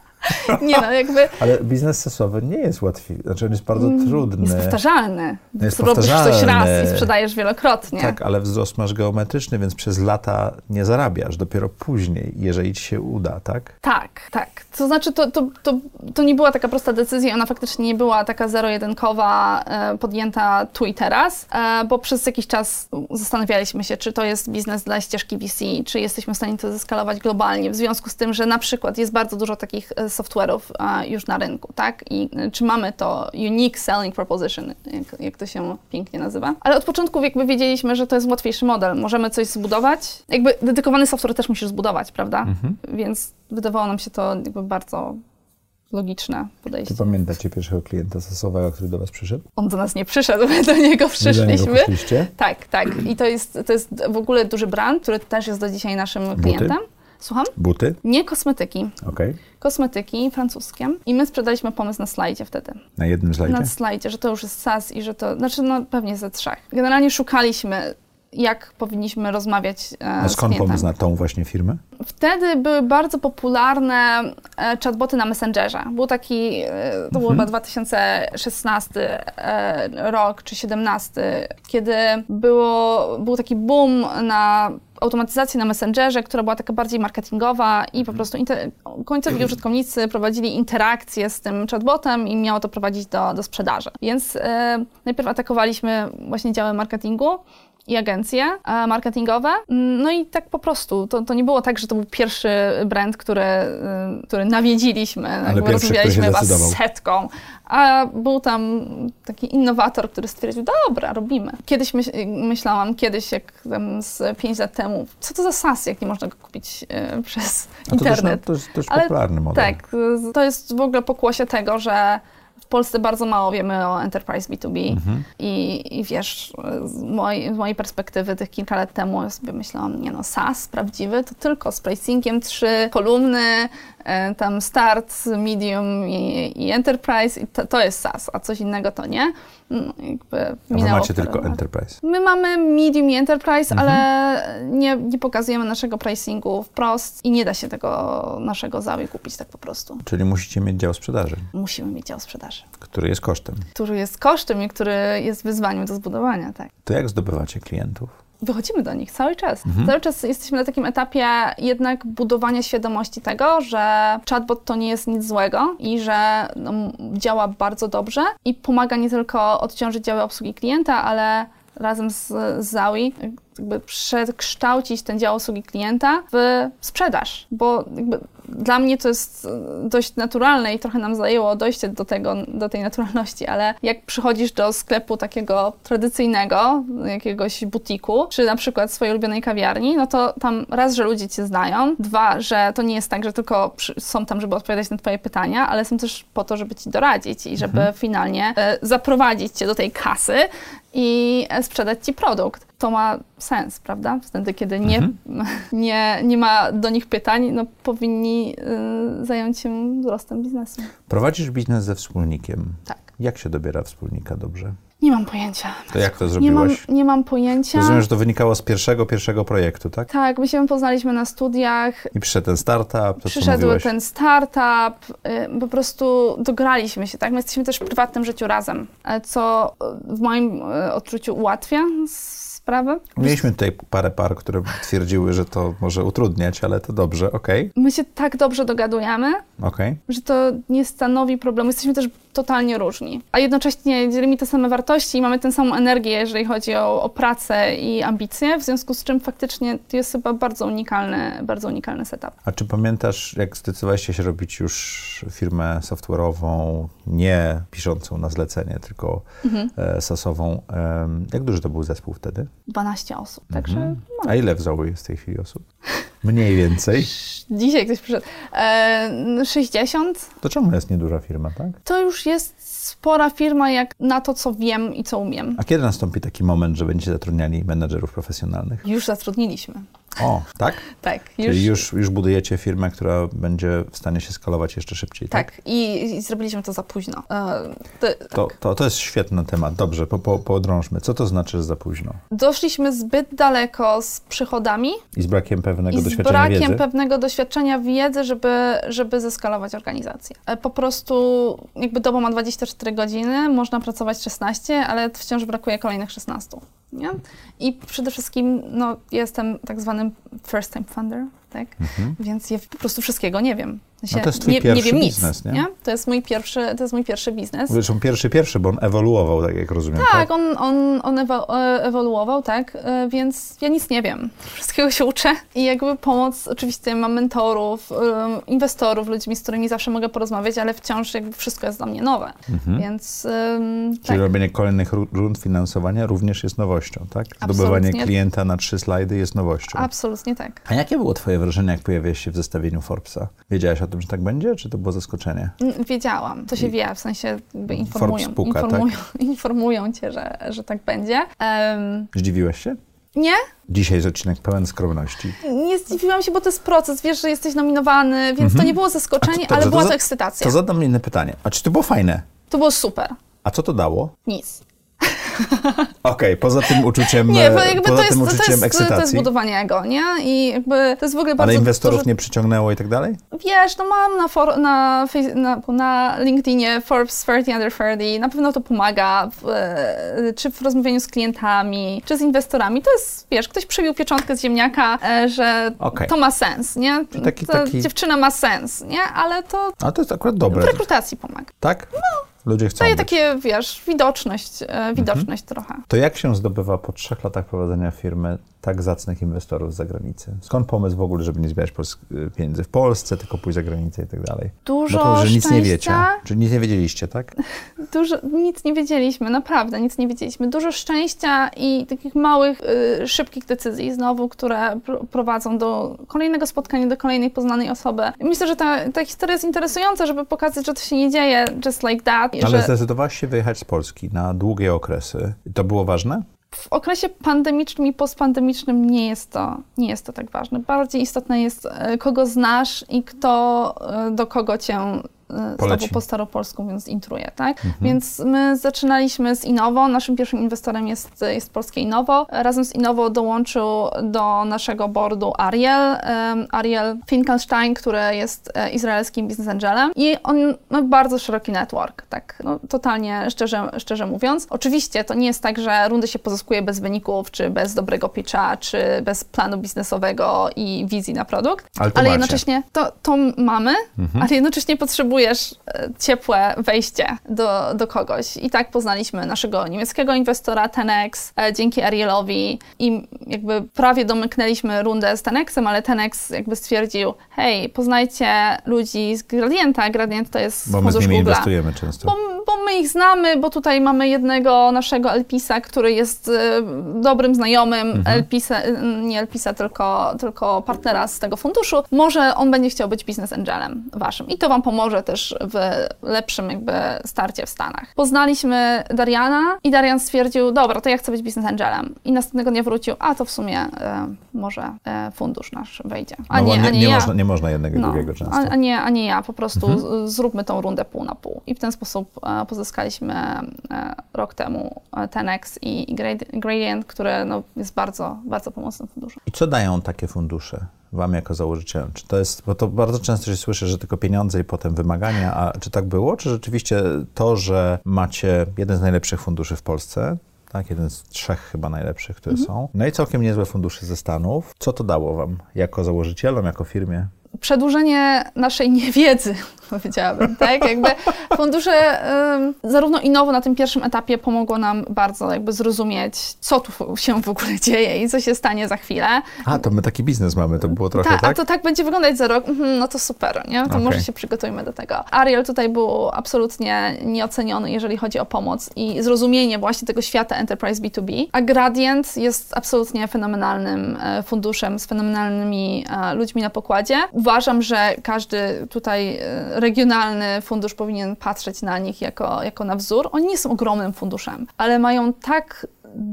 Nie no, jakby... Ale biznes sesowy nie jest łatwy, znaczy on jest bardzo trudny. Jest powtarzalny. Jest Robisz powtarzalny. coś raz i sprzedajesz wielokrotnie. Tak, ale wzrost masz geometryczny, więc przez lata nie zarabiasz, dopiero później, jeżeli ci się uda, tak? Tak, tak. To znaczy, to, to, to, to nie była taka prosta decyzja, ona faktycznie nie była taka zero-jedynkowa, e, podjęta tu i teraz, e, bo przez jakiś czas zastanawialiśmy się, czy to jest biznes dla ścieżki V C, czy jesteśmy w stanie to zeskalować globalnie, w związku z tym, że na przykład jest bardzo dużo takich software'ów e, już na rynku, tak? I e, czy mamy to unique selling proposition, jak, jak to się pięknie nazywa. Ale od początku jakby wiedzieliśmy, że to jest łatwiejszy model. Możemy coś zbudować. Jakby dedykowany software też musisz zbudować, prawda? Mhm. Więc wydawało nam się to jakby bardzo logiczne podejście. Czy pamiętacie pierwszego klienta sasowego, który do was przyszedł? On do nas nie przyszedł, my do niego przyszliśmy. Do niego poszliście? Tak, tak. I to jest, to jest w ogóle duży brand, który też jest do dzisiaj naszym Buty? klientem. Słucham? Buty? Nie, kosmetyki. Okay. Kosmetyki francuskie. I my sprzedaliśmy pomysł na slajdzie wtedy. Na jednym slajdzie? Na slajdzie, że to już jest SaaS i że to, znaczy no pewnie ze trzech. Generalnie szukaliśmy, jak powinniśmy rozmawiać e, A skąd pomysł na tą właśnie firmę? Wtedy były bardzo popularne e, chatboty na Messengerze. Był taki, e, to był chyba dwa tysiące szesnasty e, rok, czy siedemnasty, kiedy było, był taki boom na automatyzację na Messengerze, która była taka bardziej marketingowa i po prostu inter- końcowi użytkownicy prowadzili interakcję z tym chatbotem i miało to prowadzić do, do sprzedaży. Więc e, najpierw atakowaliśmy właśnie działy marketingu i agencje e, marketingowe. No i tak po prostu. To, to nie było tak, że to był pierwszy brand, który, y, który nawiedziliśmy. Ale pierwszy, rozmawialiśmy który się chyba z setką. A był tam taki innowator, który stwierdził, dobra, robimy. Kiedyś myśl, myślałam, kiedyś jak tam z pięć lat temu, co to za SaaS, jak nie można go kupić y, przez A internet. To jest dość popularny model. Tak, to jest w ogóle pokłosie tego, że w Polsce bardzo mało wiemy o Enterprise B dwa B mhm. I, i wiesz, z mojej, z mojej perspektywy tych kilka lat temu sobie myślałam, nie no, SaaS prawdziwy to tylko z pricingiem trzy kolumny, e, tam start, medium i, i enterprise i to, to jest SaaS, a coś innego to nie. No, jakby a wy macie tylko lat. Enterprise? My mamy medium i enterprise, mhm. ale nie, nie pokazujemy naszego pricingu wprost i nie da się tego naszego Zoe kupić tak po prostu. Czyli musicie mieć dział sprzedaży? Musimy mieć dział sprzedaży. Który jest kosztem? Który jest kosztem i który jest wyzwaniem do zbudowania, tak. To jak zdobywacie klientów? Wychodzimy do nich cały czas. Mhm. Cały czas jesteśmy na takim etapie jednak budowania świadomości tego, że chatbot to nie jest nic złego i że no, działa bardzo dobrze i pomaga nie tylko odciążyć działy obsługi klienta, ale razem z, z Zoe jakby przekształcić ten dział obsługi klienta w sprzedaż, bo jakby dla mnie to jest dość naturalne i trochę nam zajęło dojście do tego, do tej naturalności, ale jak przychodzisz do sklepu takiego tradycyjnego, jakiegoś butiku, czy na przykład swojej ulubionej kawiarni, no to tam raz, że ludzie cię znają, dwa, że to nie jest tak, że tylko przy, są tam, żeby odpowiadać na twoje pytania, ale są też po to, żeby ci doradzić i żeby mhm. finalnie e, zaprowadzić cię do tej kasy i sprzedać ci produkt. To ma sens, prawda? Wtedy, kiedy nie, mhm. nie, nie ma do nich pytań, no powinni y, zająć się wzrostem biznesu. Prowadzisz biznes ze wspólnikiem. Tak. Jak się dobiera wspólnika dobrze? Nie mam pojęcia. To jak to zrobiłaś? Nie mam, nie mam pojęcia. Rozumiem, że to wynikało z pierwszego, pierwszego projektu, tak? Tak, my się poznaliśmy na studiach. I przyszedł ten startup, to Przyszedł co ten startup, y, po prostu dograliśmy się, tak? My jesteśmy też w prywatnym życiu razem, co w moim y, odczuciu ułatwia sprawę. Mieliśmy tutaj parę par, które twierdziły, że to może utrudniać, ale to dobrze, okej. Okay. My się tak dobrze dogadujemy, okay. że to nie stanowi problemu. Jesteśmy też totalnie różni, a jednocześnie dzielimy te same wartości i mamy tę samą energię, jeżeli chodzi o, o pracę i ambicje, w związku z czym faktycznie to jest chyba bardzo unikalny, bardzo unikalny setup. A czy pamiętasz, jak zdecydowaliście się robić już firmę software'ową, nie piszącą na zlecenie, tylko mhm. e, sasową, e, jak duży to był zespół wtedy? dwanaście osób, także... Mhm. A ile w Zoe jest w tej chwili osób? Mniej więcej. Dzisiaj ktoś przyszedł. E, sześćdziesiąt. To czemu jest nieduża firma, tak? To już jest spora firma jak na to, co wiem i co umiem. A kiedy nastąpi taki moment, że będziecie zatrudniali menedżerów profesjonalnych? Już zatrudniliśmy. O, tak? Tak. Już... Czyli już, już budujecie firmę, która będzie w stanie się skalować jeszcze szybciej, tak? Tak. I, i zrobiliśmy to za późno. E, to, to, tak. to, to jest świetny temat. Dobrze, po, po, podrążmy. Co to znaczy, że za późno? Doszliśmy zbyt daleko z przychodami. I z brakiem pewnego I doświadczenia wiedzy. z brakiem wiedzy. pewnego doświadczenia wiedzy, żeby, żeby zeskalować organizację. Po prostu jakby doba ma dwadzieścia cztery godziny, można pracować szesnaście, ale wciąż brakuje kolejnych szesnaście. Nie? I przede wszystkim no, jestem tak zwanym first time funder, tak? Mhm. Więc ja po prostu wszystkiego nie wiem. W sensie, no to jest twój nie, pierwszy nie wiem biznes, nic, nie? nie? To jest mój pierwszy, to jest mój pierwszy biznes. Zresztą pierwszy, pierwszy, bo on ewoluował, tak jak rozumiem. Tak, tak? on, on, on ewoluował, tak, więc ja nic nie wiem. Wszystkiego się uczę i jakby pomoc, oczywiście mam mentorów, um, inwestorów, ludźmi, z którymi zawsze mogę porozmawiać, ale wciąż jakby wszystko jest dla mnie nowe, mhm. więc um, Czyli tak. robienie kolejnych rund finansowania również jest nowością, tak? Zdobywanie Absolutnie. klienta na trzy slajdy jest nowością. Absolutnie tak. A jakie było twoje wrażenie, jak pojawiłeś się w zestawieniu Forbesa? Wiedziałaś o tym, że tak będzie, czy to było zaskoczenie? Wiedziałam. To się I... wie, w sensie jakby informują, Forbes puka, informują, tak? informują cię, że, że tak będzie. Um, Zdziwiłeś się? Nie. Dzisiaj jest odcinek pełen skromności. Nie zdziwiłam się, bo to jest proces. Wiesz, że jesteś nominowany, więc mhm. to nie było zaskoczenie, to, ale była to za, ekscytacja. To zadam inne pytanie. A czy to było fajne? To było super. A co to dało? Nic. Okej, okay, poza tym uczuciem nie, bo jakby poza to jest, tym uczuciem to jest, ekscytacji. To jest budowanie ego, nie? I jakby to jest w ogóle bardzo... Ale inwestorów dużo... nie przyciągnęło i tak dalej? Wiesz, no mam na, for, na, na, na LinkedInie Forbes trzydzieści under trzydzieści, na pewno to pomaga, w, czy w rozmawianiu z klientami, czy z inwestorami. To jest, wiesz, ktoś przebił pieczątkę z ziemniaka, że okay. to ma sens, nie? Taki, Ta taki... dziewczyna ma sens, nie? Ale to... A to jest akurat dobre. W rekrutacji pomaga. Tak? No. Ludzie chcą Daje być. takie, wiesz, widoczność, e, widoczność mhm. trochę. To jak się zdobywa po trzech latach prowadzenia firmy tak zacnych inwestorów z zagranicy? Skąd pomysł w ogóle, żeby nie zbierać pieniędzy w Polsce, tylko pójść za granicę i tak dalej? Dużo Bo to, że szczęścia. nic nie wiecie. Czyli nic nie wiedzieliście, tak? Dużo, nic nie wiedzieliśmy, naprawdę nic nie wiedzieliśmy. Dużo szczęścia i takich małych, y, szybkich decyzji znowu, które pr- prowadzą do kolejnego spotkania, do kolejnej poznanej osoby. Myślę, że ta, ta historia jest interesująca, żeby pokazać, że to się nie dzieje just like that. Ale że... zdecydowałaś się wyjechać z Polski na długie okresy. To było ważne? W okresie pandemicznym i postpandemicznym nie jest to, nie jest to tak ważne. Bardziej istotne jest, kogo znasz i kto do kogo cię znowu po staropolsku, więc intruje, tak? Mhm. Więc my zaczynaliśmy z Innovo. Naszym pierwszym inwestorem jest, jest polskie Innovo. Razem z Innovo dołączył do naszego boardu Ariel. Um, Ariel Finkelstein, który jest izraelskim business angelem i on ma bardzo szeroki network, tak? No, totalnie szczerze, szczerze mówiąc. Oczywiście to nie jest tak, że rundy się pozyskuje bez wyników, czy bez dobrego pitcha, czy bez planu biznesowego i wizji na produkt, ale, ale jednocześnie to, to mamy, mhm. ale jednocześnie potrzebujemy czujesz ciepłe wejście do, do kogoś. I tak poznaliśmy naszego niemieckiego inwestora ten X dzięki Arielowi i jakby prawie domyknęliśmy rundę z ten Xem, ale ten X jakby stwierdził, hej, poznajcie ludzi z Gradienta. Gradient to jest Bo my z nimi Google'a. inwestujemy często. Bo, bo my ich znamy, bo tutaj mamy jednego naszego L P S-a, który jest y, dobrym znajomym mhm. L P S-a, nie L P S-a, tylko, tylko partnera z tego funduszu. Może on będzie chciał być business angelem waszym i to wam pomoże też w lepszym jakby starcie w Stanach. Poznaliśmy Dariana i Darian stwierdził, dobra, to ja chcę być business angelem. I następnego dnia wrócił, a to w sumie y, może y, fundusz nasz wejdzie. A no, nie, nie, a nie, nie, ja. można, nie można jednego i no, drugiego często. A, a, nie, a nie ja, po prostu mhm. zróbmy tą rundę pół na pół. I w ten sposób e, pozyskaliśmy e, rok temu ten X i, i Gradient, który no, jest bardzo, bardzo pomocnym funduszem. I co dają takie fundusze wam jako założycielom? Czy to jest, bo to bardzo często się słyszy, że tylko pieniądze i potem wymagania, a czy tak było? Czy rzeczywiście to, że macie jeden z najlepszych funduszy w Polsce, tak, jeden z trzech chyba najlepszych, które mhm. są, no i całkiem niezłe fundusze ze Stanów, co to dało wam jako założycielom, jako firmie? Przedłużenie naszej niewiedzy, powiedziałabym, tak? Jakby fundusze y, zarówno i nowo na tym pierwszym etapie pomogło nam bardzo jakby zrozumieć, co tu się w ogóle dzieje i co się stanie za chwilę. A, to my taki biznes mamy, to było trochę Ta, tak? A to tak będzie wyglądać za rok, mhm, no to super, nie? To okay. może się przygotujmy do tego. Ariel tutaj był absolutnie nieoceniony, jeżeli chodzi o pomoc i zrozumienie właśnie tego świata enterprise B to B, a Gradient jest absolutnie fenomenalnym funduszem z fenomenalnymi ludźmi na pokładzie. Uważam, że każdy tutaj regionalny fundusz powinien patrzeć na nich jako, jako na wzór. Oni nie są ogromnym funduszem, ale mają tak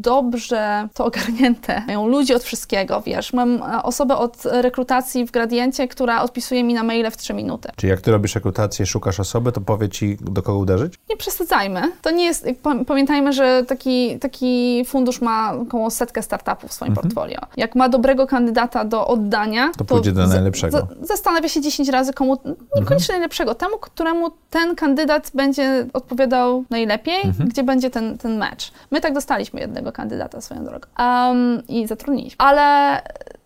dobrze to ogarnięte. Mają ludzi od wszystkiego, wiesz. Mam osobę od rekrutacji w Gradiencie, która odpisuje mi na maile w trzy minuty. Czyli jak ty robisz rekrutację, szukasz osoby, to powie ci, do kogo uderzyć? Nie przesadzajmy. To nie jest... Pamiętajmy, że taki, taki fundusz ma około setkę startupów w swoim mhm. portfolio. Jak ma dobrego kandydata do oddania, to, to pójdzie do najlepszego. Za, zastanawia się dziesięć razy, komu... Niekoniecznie mhm. najlepszego. Temu, któremu ten kandydat będzie odpowiadał najlepiej, mhm. gdzie będzie ten, ten match. My tak dostaliśmy jednego kandydata swoją drogą um, i zatrudniliśmy. Ale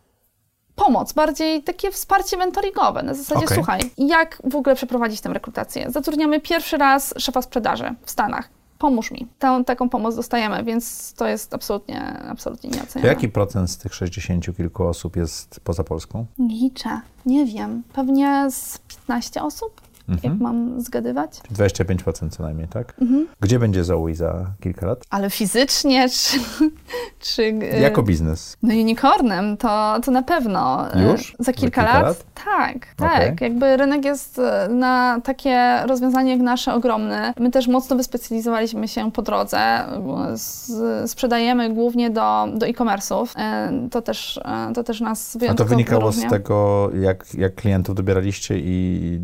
pomoc, bardziej takie wsparcie mentoringowe. Na zasadzie, okay. słuchaj, jak w ogóle przeprowadzić tę rekrutację? Zatrudniamy pierwszy raz szefa sprzedaży w Stanach. Pomóż mi. Tę, taką pomoc dostajemy, więc to jest absolutnie, absolutnie nieocenione. Jaki procent z tych sześćdziesięciu kilku osób jest poza Polską? Liczę. Nie wiem. Pewnie z piętnaście osób? Mhm. Jak mam zgadywać? dwadzieścia pięć procent co najmniej, tak? Mhm. Gdzie będzie Zoe za kilka lat? Ale fizycznie, czy... czy jako biznes? No unicornem, to, to na pewno. Już? Za kilka, za kilka lat? lat? Tak, tak. Okay. Jakby rynek jest na takie rozwiązanie jak nasze ogromny. My też mocno wyspecjalizowaliśmy się po drodze. Z, sprzedajemy głównie do, do e-commerce'ów. To też, to też nas wyjątkowo A to wynikało wyróżnia. z tego, jak, jak klientów dobieraliście i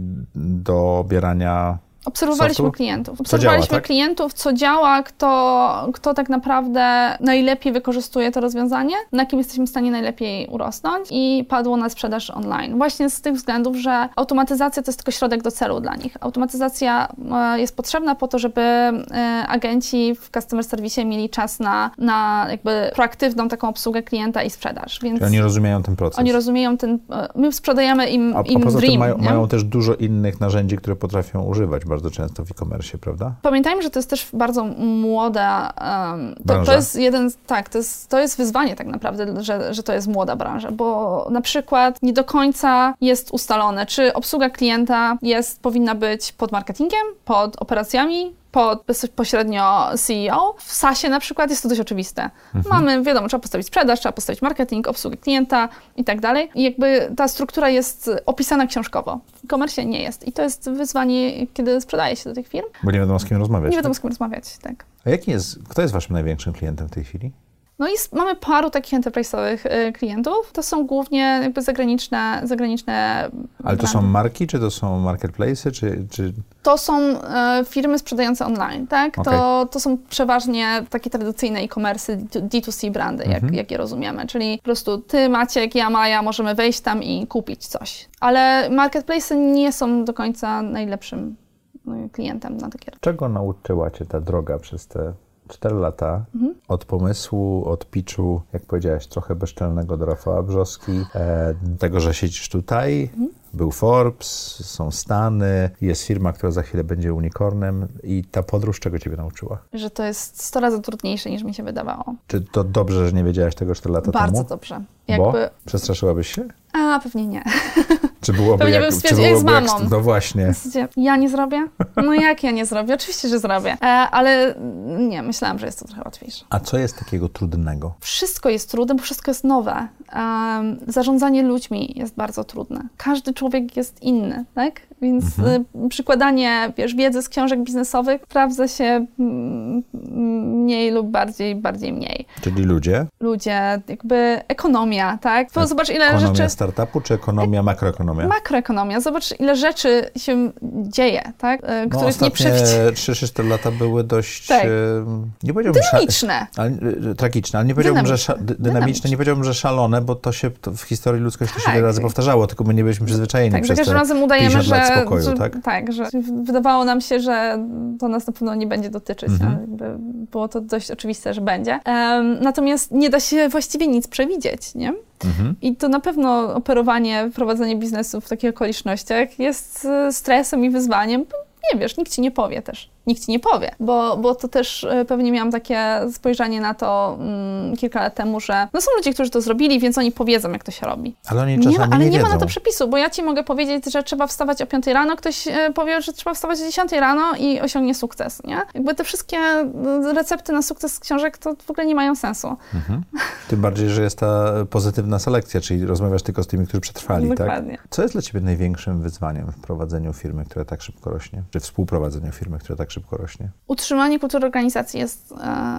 dobierania Obserwowaliśmy softu? klientów. Obserwowaliśmy co działa, tak? klientów, co działa, kto, kto tak naprawdę najlepiej wykorzystuje to rozwiązanie, na kim jesteśmy w stanie najlepiej urosnąć i padło na sprzedaż online. Właśnie z tych względów, że automatyzacja to jest tylko środek do celu dla nich. Automatyzacja jest potrzebna po to, żeby agenci w customer service mieli czas na, na jakby proaktywną taką obsługę klienta i sprzedaż. Więc Czyli oni rozumieją ten proces. Oni rozumieją ten... My sprzedajemy im, a, im a poza dream. tym mają, nie? mają też dużo innych narzędzi, które potrafią używać bardzo często w e-commerce, prawda? Pamiętajmy, że to jest też bardzo młoda... Um, to, to jest jeden... Tak, to jest, to jest wyzwanie tak naprawdę, że, że to jest młoda branża, bo na przykład nie do końca jest ustalone, czy obsługa klienta jest, powinna być pod marketingiem, pod operacjami, pod bezpośrednio C E O. W sasie na przykład jest to dość oczywiste. Mhm. Mamy, wiadomo, trzeba postawić sprzedaż, trzeba postawić marketing, obsługę klienta i tak dalej. I jakby ta struktura jest opisana książkowo. W e-commerce nie jest. I to jest wyzwanie, kiedy sprzedaje się do tych firm. Bo nie wiadomo, z kim rozmawiać. Nie wiadomo, tak? z kim rozmawiać, tak. A jaki jest, kto jest waszym największym klientem w tej chwili? No i mamy paru takich enterprise'owych y, klientów. To są głównie jakby zagraniczne, zagraniczne Ale to brandy. są marki, czy to są marketplace'y, czy... czy... To są y, firmy sprzedające online, tak? Okay. To, to są przeważnie takie tradycyjne e-commerce, D dwa C brandy, jak, mhm. jak je rozumiemy. Czyli po prostu ty, Maciek, ja, Maja, możemy wejść tam i kupić coś. Ale marketplace'y nie są do końca najlepszym klientem na takie rzeczy. Czego nauczyła cię ta droga przez te cztery lata mhm. od pomysłu, od pitchu, jak powiedziałaś, trochę bezczelnego do Rafała Brzoski, e, tego, że siedzisz tutaj, mhm. Był Forbes, są Stany, jest firma, która za chwilę będzie unicornem i ta podróż czego ciebie nauczyła? Że to jest sto razy trudniejsze niż mi się wydawało. Czy to dobrze, że nie wiedziałaś tego cztery lata Bardzo temu? Bardzo dobrze. Jakby... Bo? Przestraszyłabyś się? A, pewnie nie. Czy byłoby pewnie jak, bym czy stwierdziła, jak z mamą. Jak, no właśnie. Ja nie zrobię? No jak ja nie zrobię? Oczywiście, że zrobię. E, ale nie, myślałam, że jest to trochę łatwiejsze. A co jest takiego trudnego? Wszystko jest trudne, bo wszystko jest nowe. Um, zarządzanie ludźmi jest bardzo trudne. Każdy człowiek jest inny, tak? Więc mhm. y, przykładanie, wiesz, wiedzy z książek biznesowych sprawdza się mm, mniej lub bardziej, bardziej mniej. Czyli ludzie? Ludzie, jakby ekonomia, tak? Bo zobacz, ile ekonomia rzeczy... startupu czy ekonomia, makroekonomia? Makroekonomia. Zobacz, ile rzeczy się dzieje, tak? Y, no, których nie przewidzieć. trzy cztery lata były dość... Tak. Y, nie powiedziałbym... Dynamiczne. Ale, y, tragiczne, ale nie powiedziałbym, dynamiczne. że... Sza, dynamiczne, dynamiczne, nie powiedziałbym, że szalone, bo to się to w historii ludzkości tak. się wiele razy powtarzało, tylko my nie byliśmy przyzwyczajeni tak, przez te każdym razem udajemy, że, spokoju, że, tak? tak, że wydawało nam się, że to nas na pewno nie będzie dotyczyć. Mhm. Było to dość oczywiste, że będzie. Um, natomiast nie da się właściwie nic przewidzieć, nie? Mhm. I to na pewno operowanie, prowadzenie biznesu w takich okolicznościach jest stresem i wyzwaniem. Nie wiesz, nikt ci nie powie też. Nikt ci nie powie, bo, bo to też pewnie miałam takie spojrzenie na to mm, kilka lat temu, że no są ludzie, którzy to zrobili, więc oni powiedzą, jak to się robi. Ale oni czasami nie ma, Ale nie, nie wiedzą. ma na to przepisu, bo ja ci mogę powiedzieć, że trzeba wstawać o piątej rano, ktoś powie, że trzeba wstawać o dziesiątej rano i osiągnie sukces, nie? Jakby te wszystkie recepty na sukces z książek to w ogóle nie mają sensu. Mhm. Tym bardziej, że jest ta pozytywna selekcja, czyli rozmawiasz tylko z tymi, którzy przetrwali, Dokładnie. tak? Co jest dla ciebie największym wyzwaniem w prowadzeniu firmy, która tak szybko rośnie? Czy współprowadzeniu firmy, która tak szybko rośnie? Utrzymanie kultury organizacji jest,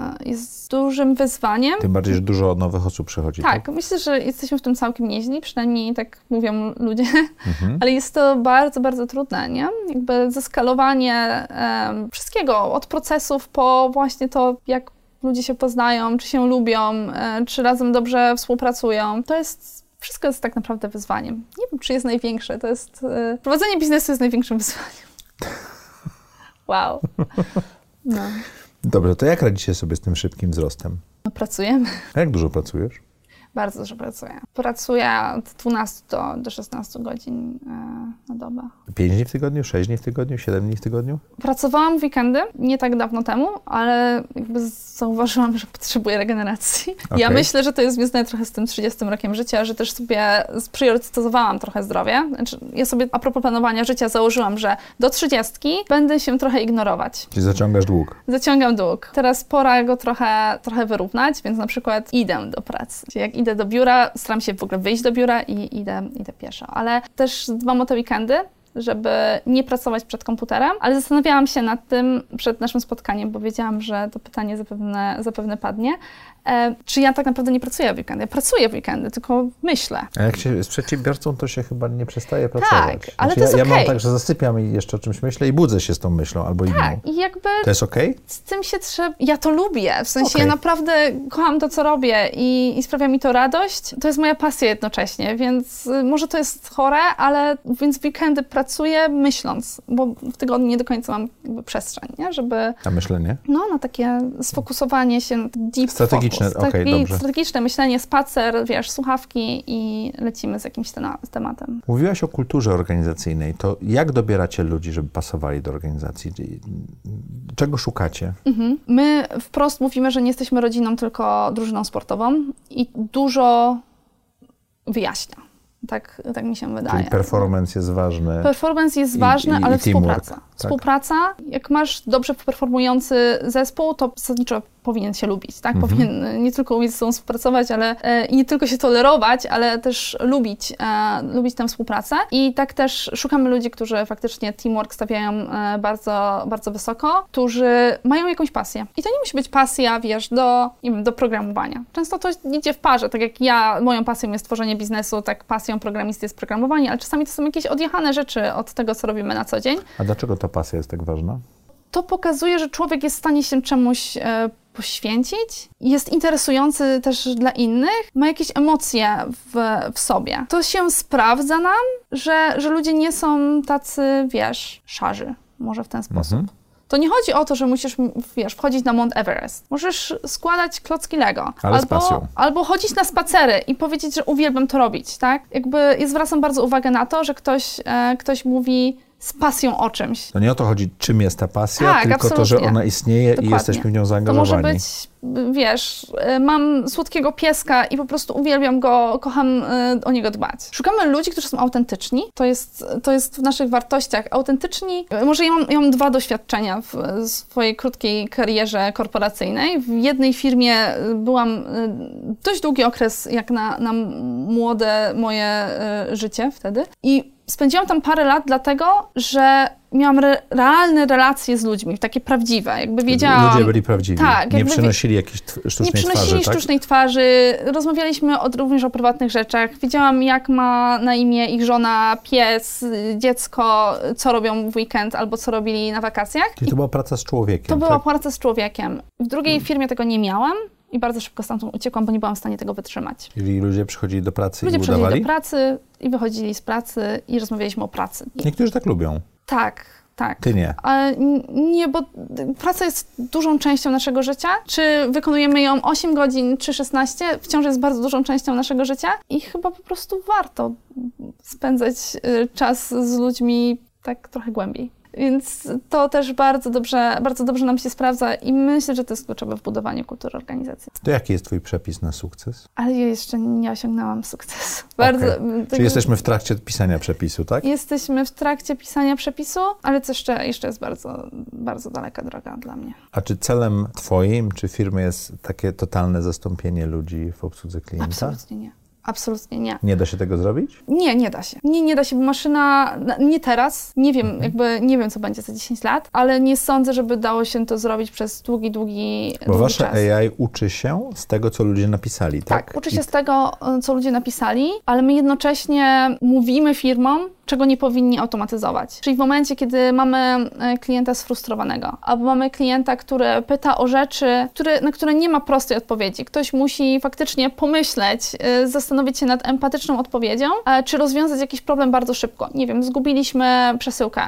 jest dużym wyzwaniem. Tym bardziej, że dużo nowych osób przychodzi. Tak, tak? myślę, że jesteśmy w tym całkiem nieźli, przynajmniej tak mówią ludzie, mhm. ale jest to bardzo, bardzo trudne, nie? Jakby zeskalowanie um, wszystkiego, od procesów po właśnie to, jak ludzie się poznają, czy się lubią, e, czy razem dobrze współpracują. To jest, wszystko jest tak naprawdę wyzwaniem. Nie wiem, czy jest największe, to jest, e, prowadzenie biznesu jest największym wyzwaniem. Wow. No. Dobrze, to jak radzicie sobie z tym szybkim wzrostem? No, pracujemy. A jak dużo pracujesz? Bardzo dużo pracuję. Pracuję od dwunastu do, do szesnastu godzin e, na dobę. Pięć dni w tygodniu, sześć dni w tygodniu, siedem dni w tygodniu? Pracowałam w weekendy, nie tak dawno temu, ale jakby zauważyłam, że potrzebuję regeneracji. Okay. Ja myślę, że to jest związane trochę z tym trzydziestym rokiem życia, że też sobie spriorytetyzowałam trochę zdrowie. Znaczy, ja sobie a propos planowania życia założyłam, że do trzydziestki będę się trochę ignorować. Czyli zaciągasz dług? Zaciągam dług. Teraz pora go trochę, trochę wyrównać, więc na przykład idę do pracy. Czyli jak idę do biura, staram się w ogóle wyjść do biura i idę, idę pieszo. Ale też dbam o te weekendy, żeby nie pracować przed komputerem, ale zastanawiałam się nad tym przed naszym spotkaniem, bo wiedziałam, że to pytanie zapewne, zapewne padnie. E, czy ja tak naprawdę nie pracuję w weekendy? Ja pracuję w weekendy, tylko myślę. A jak się z przedsiębiorcą, to się chyba nie przestaje pracować. Tak, ale znaczy, to jest ja, okej. Ja mam tak, że zasypiam i jeszcze o czymś myślę i budzę się z tą myślą albo inną. Tak, i jakby... To jest okej? Okay? Z tym się trzeba... Ja to lubię, w sensie okay. ja naprawdę kocham to, co robię i, i sprawia mi to radość. To jest moja pasja jednocześnie, więc może to jest chore, ale więc w weekendy pracuję myśląc, bo w tygodniu nie do końca mam jakby przestrzeń, nie? Żeby... A myślenie? No, na takie sfokusowanie się, deep strategiczne, focus. okej, okay, dobrze. Strategiczne myślenie, spacer, wiesz, słuchawki i lecimy z jakimś tematem. Mówiłaś o kulturze organizacyjnej. To jak dobieracie ludzi, żeby pasowali do organizacji? Czego szukacie? Mhm. My wprost mówimy, że nie jesteśmy rodziną, tylko drużyną sportową i dużo wyjaśnia. Tak, tak mi się wydaje. Czyli performance jest ważny. Performance jest i, ważny, i, ale i współpraca. Tak. Współpraca, jak masz dobrze performujący zespół, to zasadniczo powinien się lubić, tak? Mhm. Powinien nie tylko umieć ze sobą współpracować, ale e, i nie tylko się tolerować, ale też lubić, e, lubić tę współpracę. I tak też szukamy ludzi, którzy faktycznie teamwork stawiają e, bardzo, bardzo wysoko, którzy mają jakąś pasję. I to nie musi być pasja, wiesz, do, nie wiem, do programowania. Często to idzie w parze, tak jak ja, moją pasją jest tworzenie biznesu, tak pasją programisty jest programowanie, ale czasami to są jakieś odjechane rzeczy od tego, co robimy na co dzień. A dlaczego ta pasja jest tak ważna? To pokazuje, że człowiek jest w stanie się czemuś e, poświęcić, jest interesujący też dla innych, ma jakieś emocje w, w sobie. To się sprawdza nam, że, że ludzie nie są tacy, wiesz, szarzy, może w ten sposób. Mhm. To nie chodzi o to, że musisz, wiesz, wchodzić na Mount Everest. Możesz składać klocki Lego. Ale albo, z pasją. Albo chodzić na spacery i powiedzieć, że uwielbiam to robić, tak? Jakby ja zwracam bardzo uwagę na to, że ktoś, e, ktoś mówi z pasją o czymś. To nie o to chodzi, czym jest ta pasja, tak, tylko absolutnie. to, że ona istnieje Dokładnie. i jesteśmy w nią zaangażowani. To może być, wiesz, mam słodkiego pieska i po prostu uwielbiam go, kocham y, o niego dbać. Szukamy ludzi, którzy są autentyczni. To jest, to jest w naszych wartościach. Autentyczni, może ja mam, ja mam dwa doświadczenia w swojej krótkiej karierze korporacyjnej. W jednej firmie byłam y, dość długi okres, jak na, na młode moje y, życie wtedy. I spędziłam tam parę lat dlatego, że miałam re, realne relacje z ludźmi, takie prawdziwe, jakby wiedziałam... Ludzie byli prawdziwi, tak, nie przynosili jakiejś sztucznej twarzy, Nie przynosili tak? sztucznej twarzy, rozmawialiśmy od, również o prywatnych rzeczach, wiedziałam jak ma na imię ich żona, pies, dziecko, co robią w weekend albo co robili na wakacjach. Czyli to była praca z człowiekiem, To tak? była praca z człowiekiem. W drugiej hmm. firmie tego nie miałam. I bardzo szybko stamtąd uciekłam, bo nie byłam w stanie tego wytrzymać. Czyli ludzie przychodzili do pracy ludzie i udawali? Ludzie przychodzili do pracy i wychodzili z pracy i rozmawialiśmy o pracy. Niektórzy tak lubią. Tak, tak. Ty nie. Ale nie, bo praca jest dużą częścią naszego życia. Czy wykonujemy ją osiem godzin, czy szesnaście, wciąż jest bardzo dużą częścią naszego życia i chyba po prostu warto spędzać czas z ludźmi tak trochę głębiej. Więc to też bardzo dobrze, bardzo dobrze nam się sprawdza i myślę, że to jest kluczowe w budowaniu kultury organizacji. To jaki jest twój przepis na sukces? Ale ja jeszcze nie osiągnęłam sukcesu. Bardzo, okay. tak, Czyli jesteśmy w trakcie pisania przepisu, tak? Jesteśmy w trakcie pisania przepisu, ale to jeszcze, jeszcze jest bardzo, bardzo daleka droga dla mnie. A czy celem twoim, czy firmy jest takie totalne zastąpienie ludzi w obsłudze klienta? Absolutnie nie. Absolutnie nie. Nie da się tego zrobić? Nie, nie da się. Nie, nie da się, bo maszyna, nie teraz, nie wiem, mhm. jakby nie wiem, co będzie za dziesięć lat, ale nie sądzę, żeby dało się to zrobić przez długi, długi, Bo długi wasze czas. A I uczy się z tego, co ludzie napisali, tak? Tak, uczy się I... z tego, co ludzie napisali, ale my jednocześnie mówimy firmom, czego nie powinni automatyzować. Czyli w momencie, kiedy mamy klienta sfrustrowanego, albo mamy klienta, który pyta o rzeczy, które, na które nie ma prostej odpowiedzi. Ktoś musi faktycznie pomyśleć, zastanowić się nad empatyczną odpowiedzią, czy rozwiązać jakiś problem bardzo szybko. Nie wiem, zgubiliśmy przesyłkę,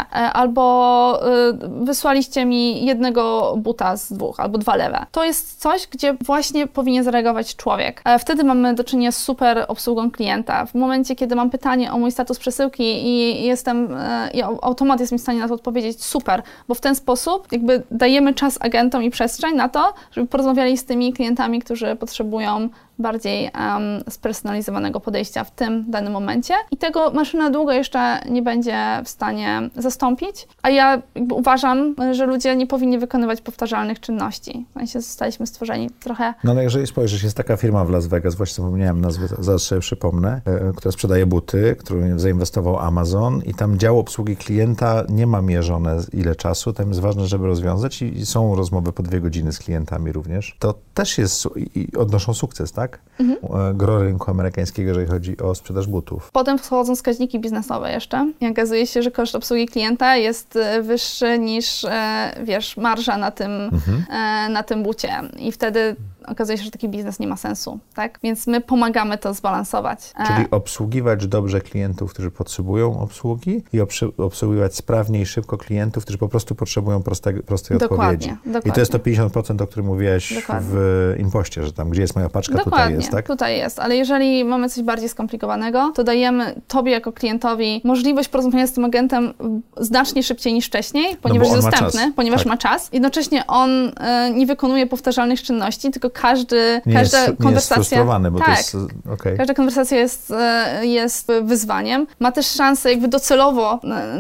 albo wysłaliście mi jednego buta z dwóch, albo dwa lewe. To jest coś, gdzie właśnie powinien zareagować człowiek. Wtedy mamy do czynienia z super obsługą klienta. W momencie, kiedy mam pytanie o mój status przesyłki i jestem, i automat jest mi w stanie na to odpowiedzieć, super, bo w ten sposób jakby dajemy czas agentom i przestrzeń na to, żeby porozmawiali z tymi klientami, którzy potrzebują bardziej um, spersonalizowanego podejścia w tym danym momencie i tego maszyna długo jeszcze nie będzie w stanie zastąpić, a ja jakby uważam, że ludzie nie powinni wykonywać powtarzalnych czynności. W sensie zostaliśmy stworzeni trochę... No ale jeżeli spojrzysz, jest taka firma w Las Vegas, właśnie zapomniałem nazwy, zaraz sobie przypomnę, e, która sprzedaje buty, którą zainwestował Amazon i tam dział obsługi klienta nie ma mierzone ile czasu, tam jest ważne, żeby rozwiązać i, i są rozmowy po dwie godziny z klientami również. To też jest i, i odnoszą sukces, tak? Mhm. Gro rynku amerykańskiego, jeżeli chodzi o sprzedaż butów. Potem wchodzą wskaźniki biznesowe jeszcze i okazuje się, że koszt obsługi klienta jest wyższy niż, wiesz, marża na tym, mhm. na tym bucie i wtedy okazuje się, że taki biznes nie ma sensu, tak? Więc my pomagamy to zbalansować. Czyli obsługiwać dobrze klientów, którzy potrzebują obsługi i obsługiwać sprawnie i szybko klientów, którzy po prostu potrzebują proste, prostej dokładnie, odpowiedzi. Dokładnie. I to jest to pięćdziesiąt procent, o którym mówiłaś dokładnie. W impoście, że tam, gdzie jest moja paczka, dokładnie, tutaj jest, tak? tutaj jest, ale jeżeli mamy coś bardziej skomplikowanego, to dajemy tobie jako klientowi możliwość porozmawiania z tym agentem znacznie szybciej niż wcześniej, ponieważ no jest dostępny, czas. ponieważ tak. ma czas. Jednocześnie on y, nie wykonuje powtarzalnych czynności, tylko każdy, nie każda jest, konwersacja... Nie jest frustrowany, bo tak, to jest... Okay. Każda konwersacja jest, jest wyzwaniem. Ma też szansę jakby docelowo,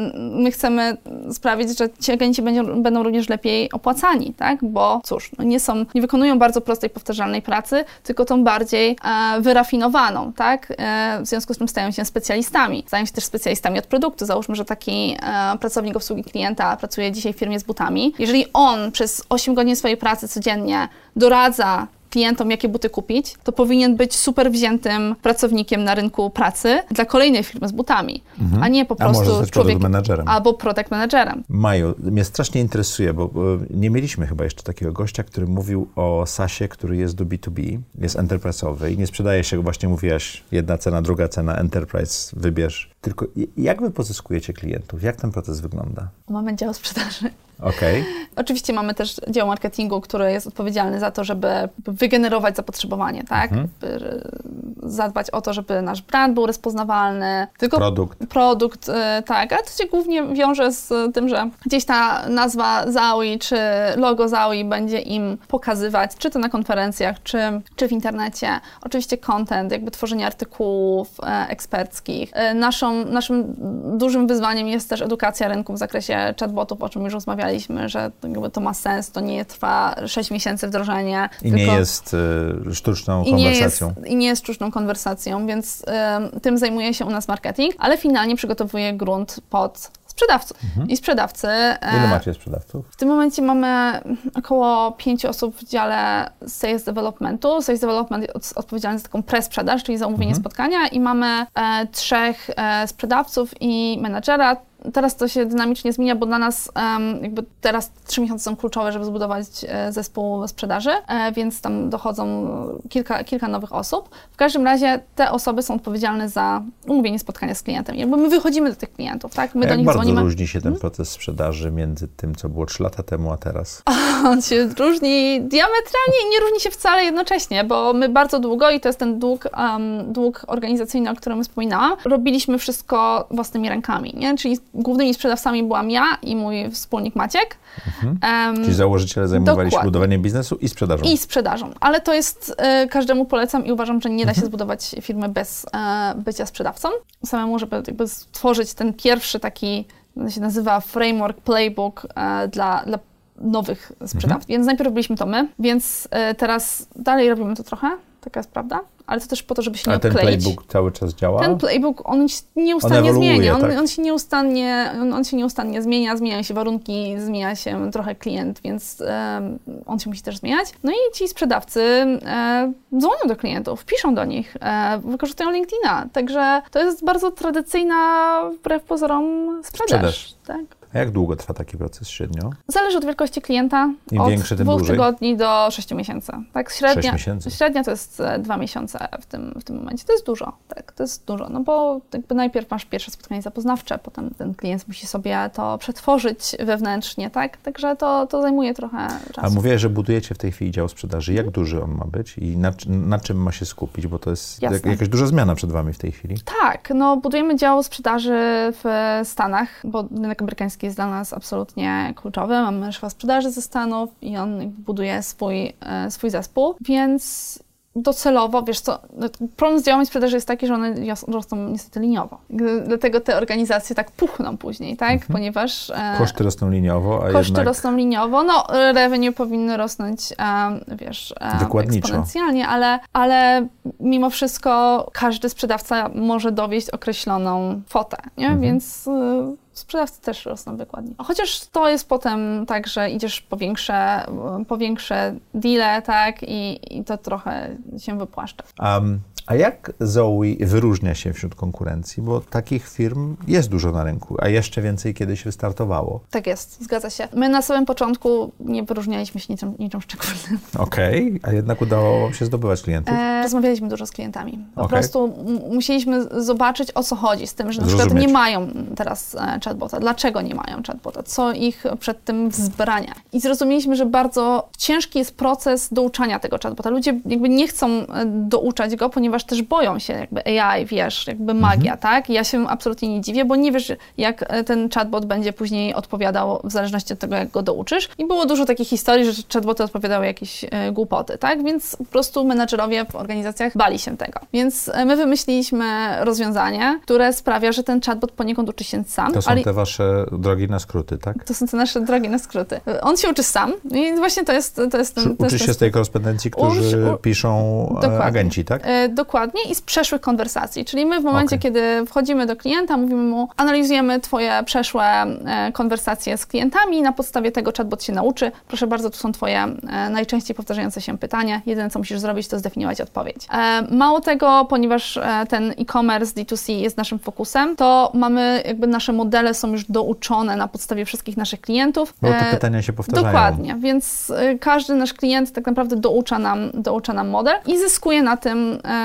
my chcemy sprawić, że ci agenci będą, będą również lepiej opłacani, tak? Bo cóż, no nie są, nie wykonują bardzo prostej, powtarzalnej pracy, tylko tą bardziej e, wyrafinowaną, tak? E, w związku z tym stają się specjalistami. Stają się też specjalistami od produktu. Załóżmy, że taki e, pracownik obsługi klienta pracuje dzisiaj w firmie z butami. Jeżeli on przez osiem godzin swojej pracy codziennie doradza klientom, jakie buty kupić, to powinien być super wziętym pracownikiem na rynku pracy dla kolejnej firmy z butami, mhm. a nie po prostu a może zostać człowiek product managerem. Albo product managerem. Maju, mnie strasznie interesuje, bo nie mieliśmy chyba jeszcze takiego gościa, który mówił o sasie, który jest do B dwa B, jest enterprise'owy i nie sprzedaje się, właśnie mówiłaś, jedna cena, druga cena, enterprise, wybierz. Tylko jak wy pozyskujecie klientów? Jak ten proces wygląda? Mamy dział sprzedaży. Okej. Okay. Oczywiście mamy też dział marketingu, który jest odpowiedzialny za to, żeby wygenerować zapotrzebowanie, tak? Mhm. Zadbać o to, żeby nasz brand był rozpoznawalny. Tylko produkt. Produkt, tak. Ale to się głównie wiąże z tym, że gdzieś ta nazwa Zoe czy logo Zoe będzie im pokazywać, czy to na konferencjach, czy, czy w internecie. Oczywiście content, jakby tworzenie artykułów e, eksperckich. E, naszą, naszym dużym wyzwaniem jest też edukacja rynku w zakresie chatbotów, o czym już rozmawialiśmy. że jakby to ma sens, to nie trwa sześć miesięcy wdrożenie. I tylko... nie jest y, sztuczną I konwersacją. Nie jest, I nie jest sztuczną konwersacją, więc y, tym zajmuje się u nas marketing, ale finalnie przygotowuje grunt pod sprzedawców. Mhm. I sprzedawcy... Ile macie sprzedawców? W tym momencie mamy około pięciu osób w dziale Sales Developmentu. Sales Development jest odpowiedzialny za taką pre-sprzedaż, czyli za umówienie mhm. spotkania i mamy e, trzech e, sprzedawców i menadżera. Teraz to się dynamicznie zmienia, bo dla nas um, jakby teraz trzy miesiące są kluczowe, żeby zbudować e, zespół sprzedaży, e, więc tam dochodzą kilka, kilka nowych osób. W każdym razie te osoby są odpowiedzialne za umówienie spotkania z klientem. Jakby my wychodzimy do tych klientów, tak? My a do jak nich bardzo dzwonimy. różni się ten proces sprzedaży między tym, co było trzy lata temu, a teraz? On się różni diametralnie i nie różni się wcale jednocześnie, bo my bardzo długo, i to jest ten dług, um, dług organizacyjny, o którym wspominałam, robiliśmy wszystko własnymi rękami, nie? Czyli głównymi sprzedawcami byłam ja i mój wspólnik Maciek. Mhm. Um, Czyli założyciele zajmowali dokładnie. się budowaniem biznesu i sprzedażą. I sprzedażą. Ale to jest, y, każdemu polecam i uważam, że nie da się mhm. zbudować firmy bez y, bycia sprzedawcą. Samemu, żeby jakby stworzyć ten pierwszy taki, to się nazywa framework, playbook y, dla, dla nowych sprzedawców. Mhm. Więc najpierw robiliśmy to my, więc y, teraz dalej robimy to trochę. Taka jest prawda, ale to też po to, żeby się ale nie odkleić. Ale ten playbook cały czas działa? Ten playbook, on się nieustannie on ewoluuje, zmienia. On, tak? on, się nieustannie, on, on się nieustannie zmienia, zmieniają się warunki, zmienia się trochę klient, więc um, on się musi też zmieniać. No i ci sprzedawcy e, dzwonią do klientów, piszą do nich, e, wykorzystują LinkedIna. Także to jest bardzo tradycyjna, wbrew pozorom, sprzedaż. sprzedaż. Tak? A jak długo trwa taki proces średnio? Zależy od wielkości klienta. Im od większy, tym dwóch dłużej. tygodni do sześciu miesięcy. Tak, średnia, sześć miesięcy. Średnia to jest dwa miesiące w tym, w tym momencie. To jest dużo, tak, to jest dużo, no bo jakby najpierw masz pierwsze spotkanie zapoznawcze, potem ten klient musi sobie to przetworzyć wewnętrznie, tak? Także to, to zajmuje trochę czasu. A mówiłeś, że budujecie w tej chwili dział sprzedaży. Jak duży on ma być i na, na czym ma się skupić? Bo to jest jak, jakaś duża zmiana przed wami w tej chwili. Tak, no budujemy dział sprzedaży w Stanach, bo rynek amerykański jest dla nas absolutnie absolutnie kluczowy. Mamy szefa sprzedaży ze Stanów i on buduje swój, swój zespół, więc docelowo, wiesz co, problem z działami sprzedaży jest taki, że one rosną niestety liniowo. Dlatego te organizacje tak puchną później, tak? Mhm. Ponieważ... E, koszty rosną liniowo, a Koszty jednak... rosną liniowo, no revenue powinny rosnąć, e, wiesz, e, eksponencjalnie, ale, ale mimo wszystko każdy sprzedawca może dowieść określoną kwotę, nie? Mhm. Więc... E, sprzedawcy też rosną wykładnie. Chociaż to jest potem tak, że idziesz po większe, po większe deale, tak, i, i to trochę się wypłaszcza. Um, a jak Zoe wyróżnia się wśród konkurencji? Bo takich firm jest dużo na rynku, a jeszcze więcej kiedyś wystartowało. Tak jest, zgadza się. My na samym początku nie wyróżnialiśmy się niczym, niczym szczególnym. Okej, okay. A jednak udało wam się zdobywać klientów? E, rozmawialiśmy dużo z klientami. Po okay. prostu musieliśmy zobaczyć, o co chodzi z tym, że na Zrozumieć. przykład nie mają teraz chatbota. Dlaczego nie mają chatbota? Co ich przed tym wzbrania? I zrozumieliśmy, że bardzo ciężki jest proces douczania tego chatbota. Ludzie jakby nie chcą douczać go, ponieważ też boją się jakby A I, wiesz, jakby magia, mhm. tak? Ja się absolutnie nie dziwię, bo nie wiesz, jak ten chatbot będzie później odpowiadał w zależności od tego, jak go douczysz. I było dużo takich historii, że chatboty odpowiadały jakieś e, głupoty, tak? Więc po prostu menadżerowie w organizacjach bali się tego. Więc my wymyśliliśmy rozwiązanie, które sprawia, że ten chatbot poniekąd uczy się sam. To są ale... te wasze drogi na skróty, tak? To są te nasze drogi na skróty. On się uczy sam i właśnie to jest... To jest ten, to uczy jest się ten... z tej korespondencji, którzy u... piszą Dokładnie. agenci, tak? E, dokładnie i z przeszłych konwersacji. Czyli my w momencie, okay. kiedy wchodzimy do klienta, mówimy mu, analizujemy twoje przeszłe e, konwersacje z klientami i na podstawie tego chatbot się nauczy. Proszę bardzo, tu są twoje e, najczęściej powtarzające się pytania. Jedyne, co musisz zrobić, to zdefiniować odpowiedź. E, mało tego, ponieważ e, ten e-commerce D dwa C jest naszym fokusem, to mamy jakby nasze modele są już douczone na podstawie wszystkich naszych klientów. Bo te pytania się powtarzają. Dokładnie, więc e, każdy nasz klient tak naprawdę doucza nam, doucza nam model i zyskuje na tym e,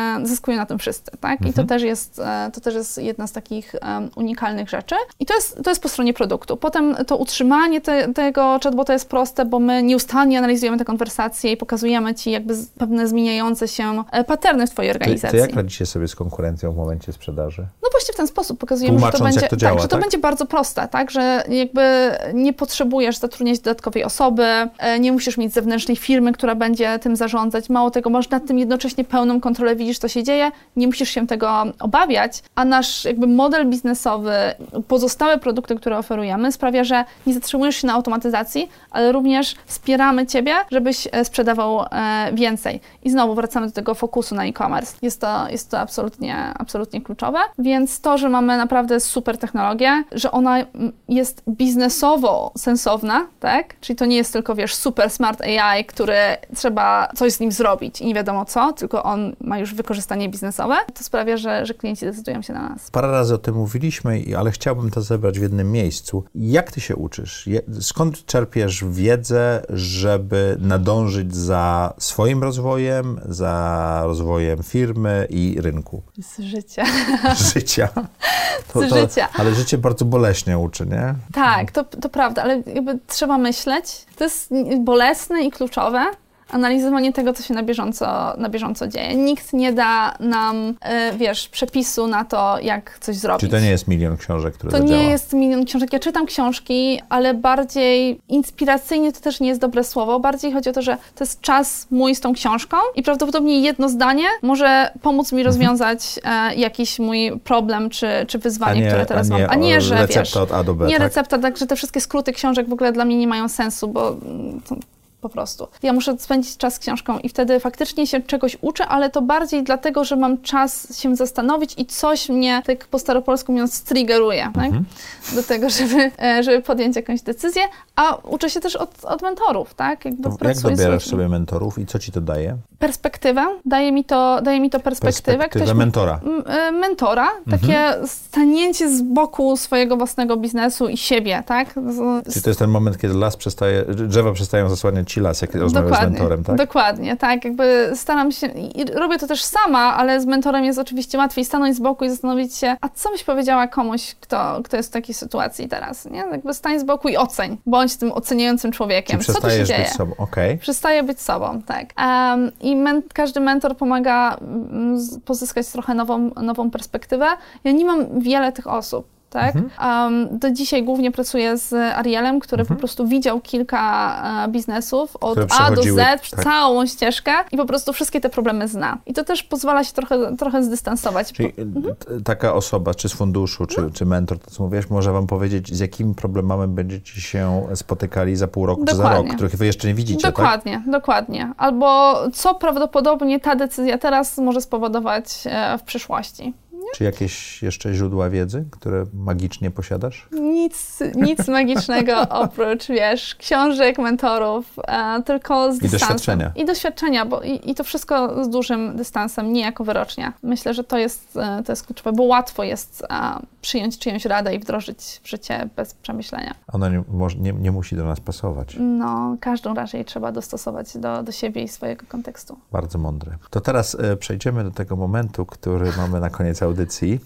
zyskują na tym wszyscy, tak? Mhm. I to też jest, to też jest jedna z takich um, unikalnych rzeczy. I to jest, to jest po stronie produktu. Potem to utrzymanie te, tego chatbota jest proste, bo my nieustannie analizujemy te konwersacje i pokazujemy ci jakby pewne zmieniające się paterny w twojej organizacji. To, to jak radzicie sobie z konkurencją w momencie sprzedaży? No właśnie w ten sposób pokazujemy, że to będzie, jak to działa, tak, że to tak? będzie bardzo proste, tak? Że jakby nie potrzebujesz zatrudniać dodatkowej osoby, nie musisz mieć zewnętrznej firmy, która będzie tym zarządzać. Mało tego, masz nad tym jednocześnie pełną kontrolę, widzisz, co się dzieje, nie musisz się tego obawiać, a nasz jakby model biznesowy, pozostałe produkty, które oferujemy, sprawia, że nie zatrzymujesz się na automatyzacji, ale również wspieramy ciebie, żebyś sprzedawał więcej. I znowu wracamy do tego fokusu na e-commerce. Jest to, jest to absolutnie, absolutnie kluczowe, więc to, że mamy naprawdę super technologię, że ona jest biznesowo sensowna, tak? Czyli to nie jest tylko, wiesz, super smart A I, który trzeba coś z nim zrobić i nie wiadomo co, tylko on ma już wykorzystanie biznesowe, to sprawia, że, że klienci decydują się na nas. Parę razy o tym mówiliśmy, ale chciałbym to zebrać w jednym miejscu. Jak ty się uczysz? Skąd czerpiesz wiedzę, żeby nadążyć za swoim rozwojem, za rozwojem firmy i rynku? Z życia. Życia? To, Z to, życia. Ale życie bardzo boleśnie uczy, nie? Tak, to, to prawda, ale jakby trzeba myśleć. To jest bolesne i kluczowe. Analizowanie tego, co się na bieżąco, na bieżąco dzieje. Nikt nie da nam, y, wiesz, przepisu na to, jak coś zrobić. Czy to nie jest milion książek, które To zadziała? nie jest milion książek. Ja czytam książki, ale bardziej inspiracyjnie to też nie jest dobre słowo. Bardziej chodzi o to, że to jest czas mój z tą książką i prawdopodobnie jedno zdanie może pomóc mi rozwiązać e, jakiś mój problem czy, czy wyzwanie, nie, które teraz a nie, mam. A nie, że recepta wiesz, od A do B, nie tak? recepta, tak, że te wszystkie skróty książek w ogóle dla mnie nie mają sensu, bo to, po prostu. Ja muszę spędzić czas z książką i wtedy faktycznie się czegoś uczę, ale to bardziej dlatego, że mam czas się zastanowić i coś mnie, tak po staropolsku mówiąc, striggeruje, mhm. tak? Do tego, żeby, żeby podjąć jakąś decyzję, a uczę się też od, od mentorów, tak? Jakby jak dobierasz sobie mentorów i co ci to daje? Perspektywę. Daje mi to, daje mi to perspektywę. Perspektywę Ktoś mentora. Mi, mentora. Takie mhm. stanięcie z boku swojego własnego biznesu i siebie, tak? Z, Czyli to jest ten moment, kiedy las przestaje, drzewa przestają zasłaniać ci las, jak rozmawiasz z mentorem, tak? Dokładnie, tak. Jakby staram się, i robię to też sama, ale z mentorem jest oczywiście łatwiej stanąć z boku i zastanowić się, a co byś powiedziała komuś, kto, kto jest w takiej sytuacji teraz, nie? Jakby stań z boku i oceń. Bądź tym oceniającym człowiekiem. Czy co tu się dzieje? być sobą, okej. Okay. Przestaję być sobą, tak. Um, I men- każdy mentor pomaga um, pozyskać trochę nową, nową perspektywę. Ja nie mam wiele tych osób. Tak? Mhm. Um, do dzisiaj głównie pracuję z Arielem, który mhm. po prostu widział kilka e, biznesów od A do Z, tak. całą ścieżkę i po prostu wszystkie te problemy zna. I to też pozwala się trochę, trochę zdystansować. Czyli po, mhm. taka osoba, czy z funduszu, czy, no. czy mentor, to co mówisz, może wam powiedzieć, z jakimi problemami będziecie się spotykali za pół roku, dokładnie. czy za rok, których wy jeszcze nie widzicie, Dokładnie, tak? dokładnie. Albo co prawdopodobnie ta decyzja teraz może spowodować e, w przyszłości. Czy jakieś jeszcze źródła wiedzy, które magicznie posiadasz? Nic, nic magicznego oprócz, wiesz, książek, mentorów, e, tylko z I dystansem. doświadczenia. I doświadczenia, bo i, i to wszystko z dużym dystansem, nie jako wyrocznia. Myślę, że to jest, e, to jest kluczowe, bo łatwo jest e, przyjąć czyjąś radę i wdrożyć w życie bez przemyślenia. Ona nie, może, nie, nie musi do nas pasować. No, każdą raczej trzeba dostosować do, do siebie i swojego kontekstu. Bardzo mądre. To teraz e, przejdziemy do tego momentu, który mamy na koniec audycji.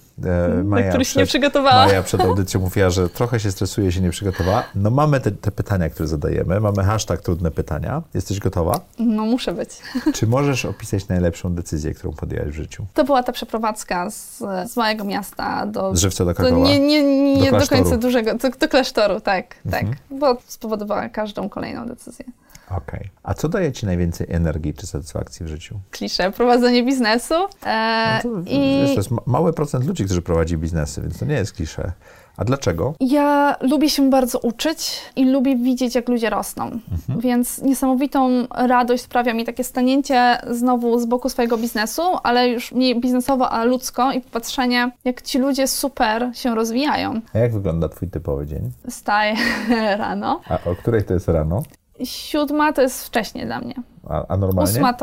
E, Maja na który się nie przygotowała. Maja przed audycją mówiła, że trochę się stresuje, się nie przygotowała. No mamy te, te pytania, które zadajemy. Mamy hashtag trudne pytania. Jesteś gotowa? No muszę być. Czy możesz opisać najlepszą decyzję, którą podjęłaś w życiu? To była ta przeprowadzka z, z małego miasta do... Z Żywca do Krakowa? Do, nie nie, nie do, do końca dużego, do, do klasztoru, tak, mhm. tak. Bo spowodowała każdą kolejną decyzję. Okej. Okay. A co daje ci najwięcej energii czy satysfakcji w życiu? Klisze, prowadzenie biznesu. E, no to, i... wiesz, to jest mały procent ludzi, którzy prowadzi biznesy, więc to nie jest klisze. A dlaczego? Ja lubię się bardzo uczyć i lubię widzieć, jak ludzie rosną. Mhm. Więc niesamowitą radość sprawia mi takie stanięcie znowu z boku swojego biznesu, ale już nie biznesowo, a ludzko i popatrzenie, jak ci ludzie super się rozwijają. A jak wygląda twój typowy dzień? Wstaję rano. A o której to jest rano? Siódma to jest wcześnie dla mnie. A, a normalnie? Ósma to jest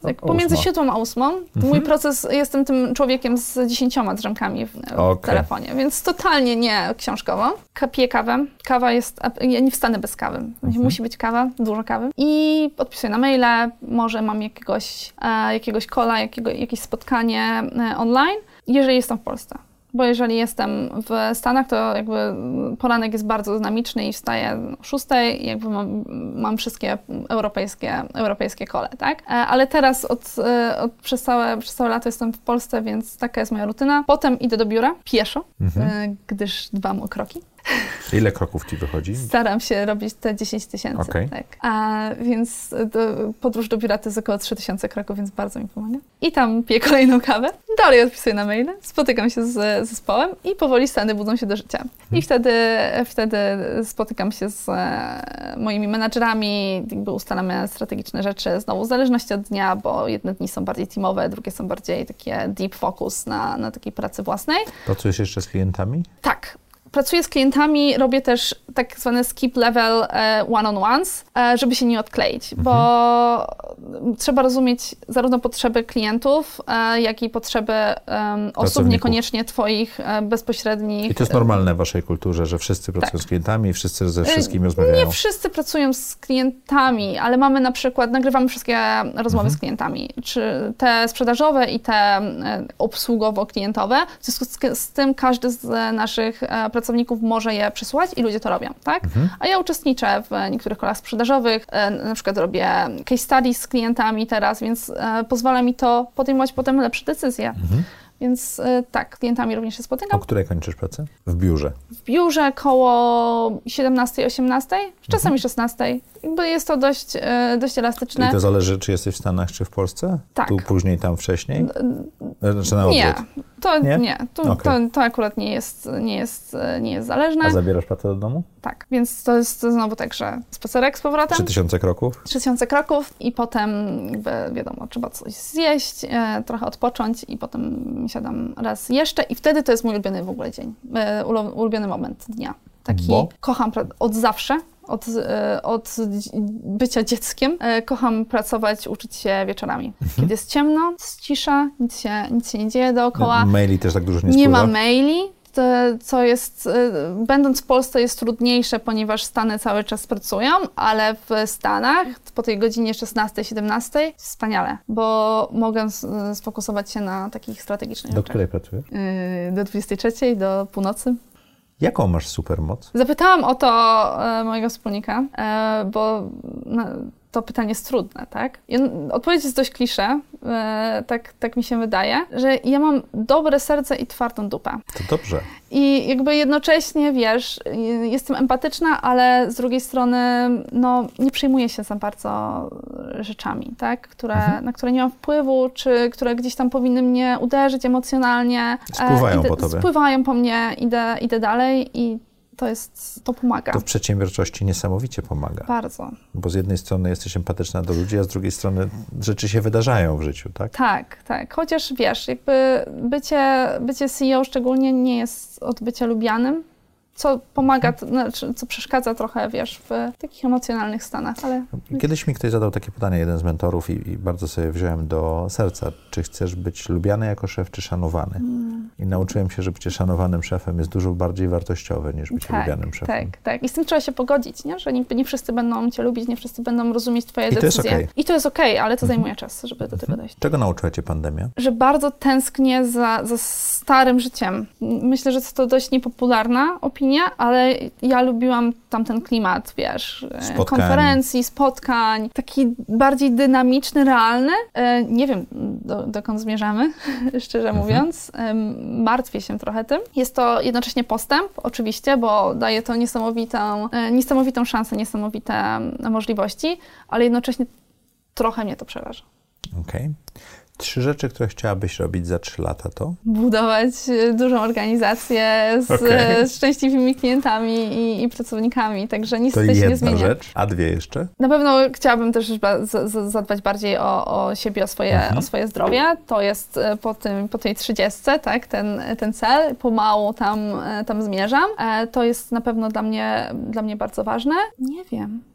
Tak, pomiędzy siódmą a ósmą. Mhm. Mój proces, jestem tym człowiekiem z dziesięcioma drzemkami w, okay. w telefonie, więc totalnie nie książkowo. Piję kawę. Kawa jest, ja nie wstanę bez kawy. Mhm. Musi być kawa, dużo kawy. I odpisuję na maile, może mam jakiegoś, e, jakiegoś calla, jakiego, jakieś spotkanie e, online, jeżeli jestem w Polsce. Bo jeżeli jestem w Stanach, to jakby poranek jest bardzo dynamiczny i wstaję o szóstej i jakby mam, mam wszystkie europejskie, europejskie kole, tak? Ale teraz od, od, przez, całe, przez całe lato jestem w Polsce, więc taka jest moja rutyna. Potem idę do biura pieszo, mhm. gdyż dbam o kroki. Ile kroków ci wychodzi? Staram się robić te dziesięć tysięcy. Okay. Tak. A więc do, podróż do biura to jest około trzy tysiące kroków, więc bardzo mi pomaga. I tam piję kolejną kawę, dalej odpisuję na maile, spotykam się z zespołem i powoli Stany budzą się do życia. Hmm. I wtedy, wtedy spotykam się z moimi menadżerami, jakby ustalamy strategiczne rzeczy, znowu w zależności od dnia, bo jedne dni są bardziej teamowe, drugie są bardziej takie deep focus na, na takiej pracy własnej. Pracujesz jeszcze z klientami? Tak. Pracuję z klientami, robię też tak zwane skip level e, one-on-ones, e, żeby się nie odkleić, mhm. bo trzeba rozumieć zarówno potrzeby klientów, e, jak i potrzeby e, osób, niekoniecznie twoich e, bezpośrednich. I to jest normalne w waszej kulturze, że wszyscy pracują tak. z klientami i wszyscy ze wszystkimi rozmawiają? Nie wszyscy pracują z klientami, ale mamy na przykład, nagrywamy wszystkie rozmowy mhm. z klientami, czy te sprzedażowe i te e, obsługowo-klientowe. W związku z, z tym każdy z naszych e, pracowników może je przysłać i ludzie to robią, tak? Mhm. A ja uczestniczę w niektórych kolach sprzedażowych, na przykład robię case studies z klientami teraz, więc pozwala mi to podejmować potem lepsze decyzje. Mhm. Więc tak, klientami również się spotykam. O której kończysz pracę? W biurze? W biurze koło siedemnastej, osiemnastej, czasami mhm. szesnastej. Jakby jest to dość, dość elastyczne. I to zależy, czy jesteś w Stanach, czy w Polsce? Tak. Tu później, tam wcześniej? Znaczy na odwrót? Nie, to nie. nie. To, okay. to, to akurat nie jest, nie, jest, nie jest zależne. A zabierasz pracę do domu? Tak, więc to jest znowu tak, że spacerek z powrotem. Trzy tysiące kroków? Trzy tysiące kroków i potem jakby wiadomo, trzeba coś zjeść, e, trochę odpocząć i potem siadam raz jeszcze i wtedy to jest mój ulubiony w ogóle dzień, e, ulubiony moment dnia. Taki Bo? Kocham od zawsze. Od, od bycia dzieckiem kocham pracować, uczyć się wieczorami. Mhm. Kiedy jest ciemno, jest cisza, nic się, nic się nie dzieje dookoła. Maili też tak dużo nie Nie spływa? ma maili, to, co jest, będąc w Polsce jest trudniejsze, ponieważ Stany cały czas pracują, ale w Stanach po tej godzinie szesnastej, siedemnastej wspaniale, bo mogę sfokusować się na takich strategicznych Do rzeczach. Do której pracujesz? Do dwudziestej trzeciej, do północy. Jaką masz supermoc? Zapytałam o to e, mojego wspólnika, e, bo no, to pytanie jest trudne, tak? I odpowiedź jest dość klisze, e, tak, tak mi się wydaje, że ja mam dobre serce i twardą dupę. To dobrze. I jakby jednocześnie, wiesz, jestem empatyczna, ale z drugiej strony, no, nie przejmuję się za bardzo rzeczami, tak? Które, mhm. na które nie mam wpływu, czy które gdzieś tam powinny mnie uderzyć emocjonalnie. Spływają e, idę, po tobie. Spływają po mnie, idę, idę dalej i to jest, to pomaga. To w przedsiębiorczości niesamowicie pomaga. Bardzo. Bo z jednej strony jesteś empatyczna do ludzi, a z drugiej strony rzeczy się wydarzają w życiu, tak? Tak, tak. Chociaż wiesz, jakby bycie, bycie C E O szczególnie nie jest od bycia lubianym, co pomaga, znaczy, co przeszkadza trochę, wiesz, w takich emocjonalnych stanach, ale... Kiedyś mi ktoś zadał takie pytanie, jeden z mentorów i, i bardzo sobie wziąłem do serca. Czy chcesz być lubiany jako szef, czy szanowany? Hmm. I nauczyłem się, że bycie szanowanym szefem jest dużo bardziej wartościowe niż bycie tak, lubianym szefem. Tak, tak. I z tym trzeba się pogodzić, nie? Że nie, nie wszyscy będą cię lubić, nie wszyscy będą rozumieć twoje I decyzje. To jest okay. I to jest okej, okay, ale to zajmuje czas, żeby do tego dojść. Czego nauczyła cię pandemia? Że bardzo tęsknię za, za starym życiem. Myślę, że to dość niepopularna opinia, ale ja lubiłam tamten klimat, wiesz, spotkań. konferencji, spotkań, taki bardziej dynamiczny, realny. Nie wiem, do, dokąd zmierzamy, szczerze mhm. mówiąc. Martwię się trochę tym. Jest to jednocześnie postęp, oczywiście, bo daje to niesamowitą, niesamowitą szansę, niesamowite możliwości, ale jednocześnie trochę mnie to przeraża. Okej. Okay. Trzy rzeczy, które chciałabyś robić za trzy lata to? Budować dużą organizację z, okay. z szczęśliwymi klientami i, i pracownikami, także nic tutaj się nie zmienia. To jedna rzecz, a dwie jeszcze? Na pewno chciałabym też z, z, zadbać bardziej o, o siebie, o swoje, mhm. o swoje zdrowie. To jest po, tym, po tej trzydziestce, tak, ten, ten cel. Pomału tam, tam zmierzam. To jest na pewno dla mnie, dla mnie bardzo ważne. Nie wiem.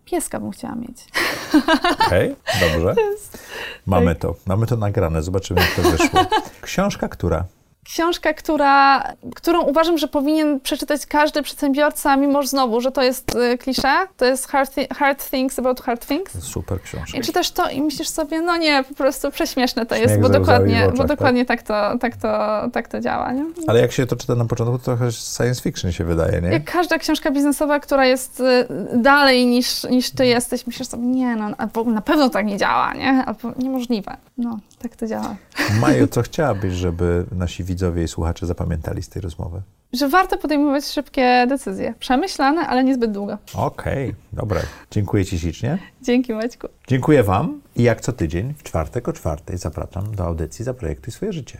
Pieska bym chciała mieć. Okej, okay, dobrze. Mamy to. Mamy to nagrane. Zobaczymy, jak to wyszło. Książka która? Książka, która, którą uważam, że powinien przeczytać każdy przedsiębiorca, mimo że znowu, że to jest y, klisze, to jest hard, thi- hard Things About Hard Things. Super książka. I czytasz to i myślisz sobie, no nie, po prostu prześmieszne to Śmiech jest, bo dokładnie, oczach, bo dokładnie tak? tak, to, tak, to, tak to działa. Nie? Ale jak się to czyta na początku, to trochę science fiction się wydaje, nie? Jak każda książka biznesowa, która jest y, dalej niż, niż ty jesteś, myślisz sobie, nie no, na pewno tak nie działa, nie? Albo niemożliwe. No, tak to działa. Maju, co chciałabyś, żeby nasi widzowie i słuchacze zapamiętali z tej rozmowy? Że warto podejmować szybkie decyzje. Przemyślane, ale niezbyt długo. Okej, okay, dobra. Dziękuję ci ślicznie. Dzięki, Maćku. Dziękuję wam i jak co tydzień, w czwartek o czwartej zapraszam do audycji Zaprojektuj swoje życie.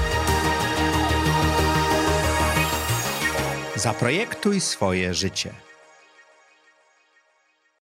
Zaprojektuj swoje życie.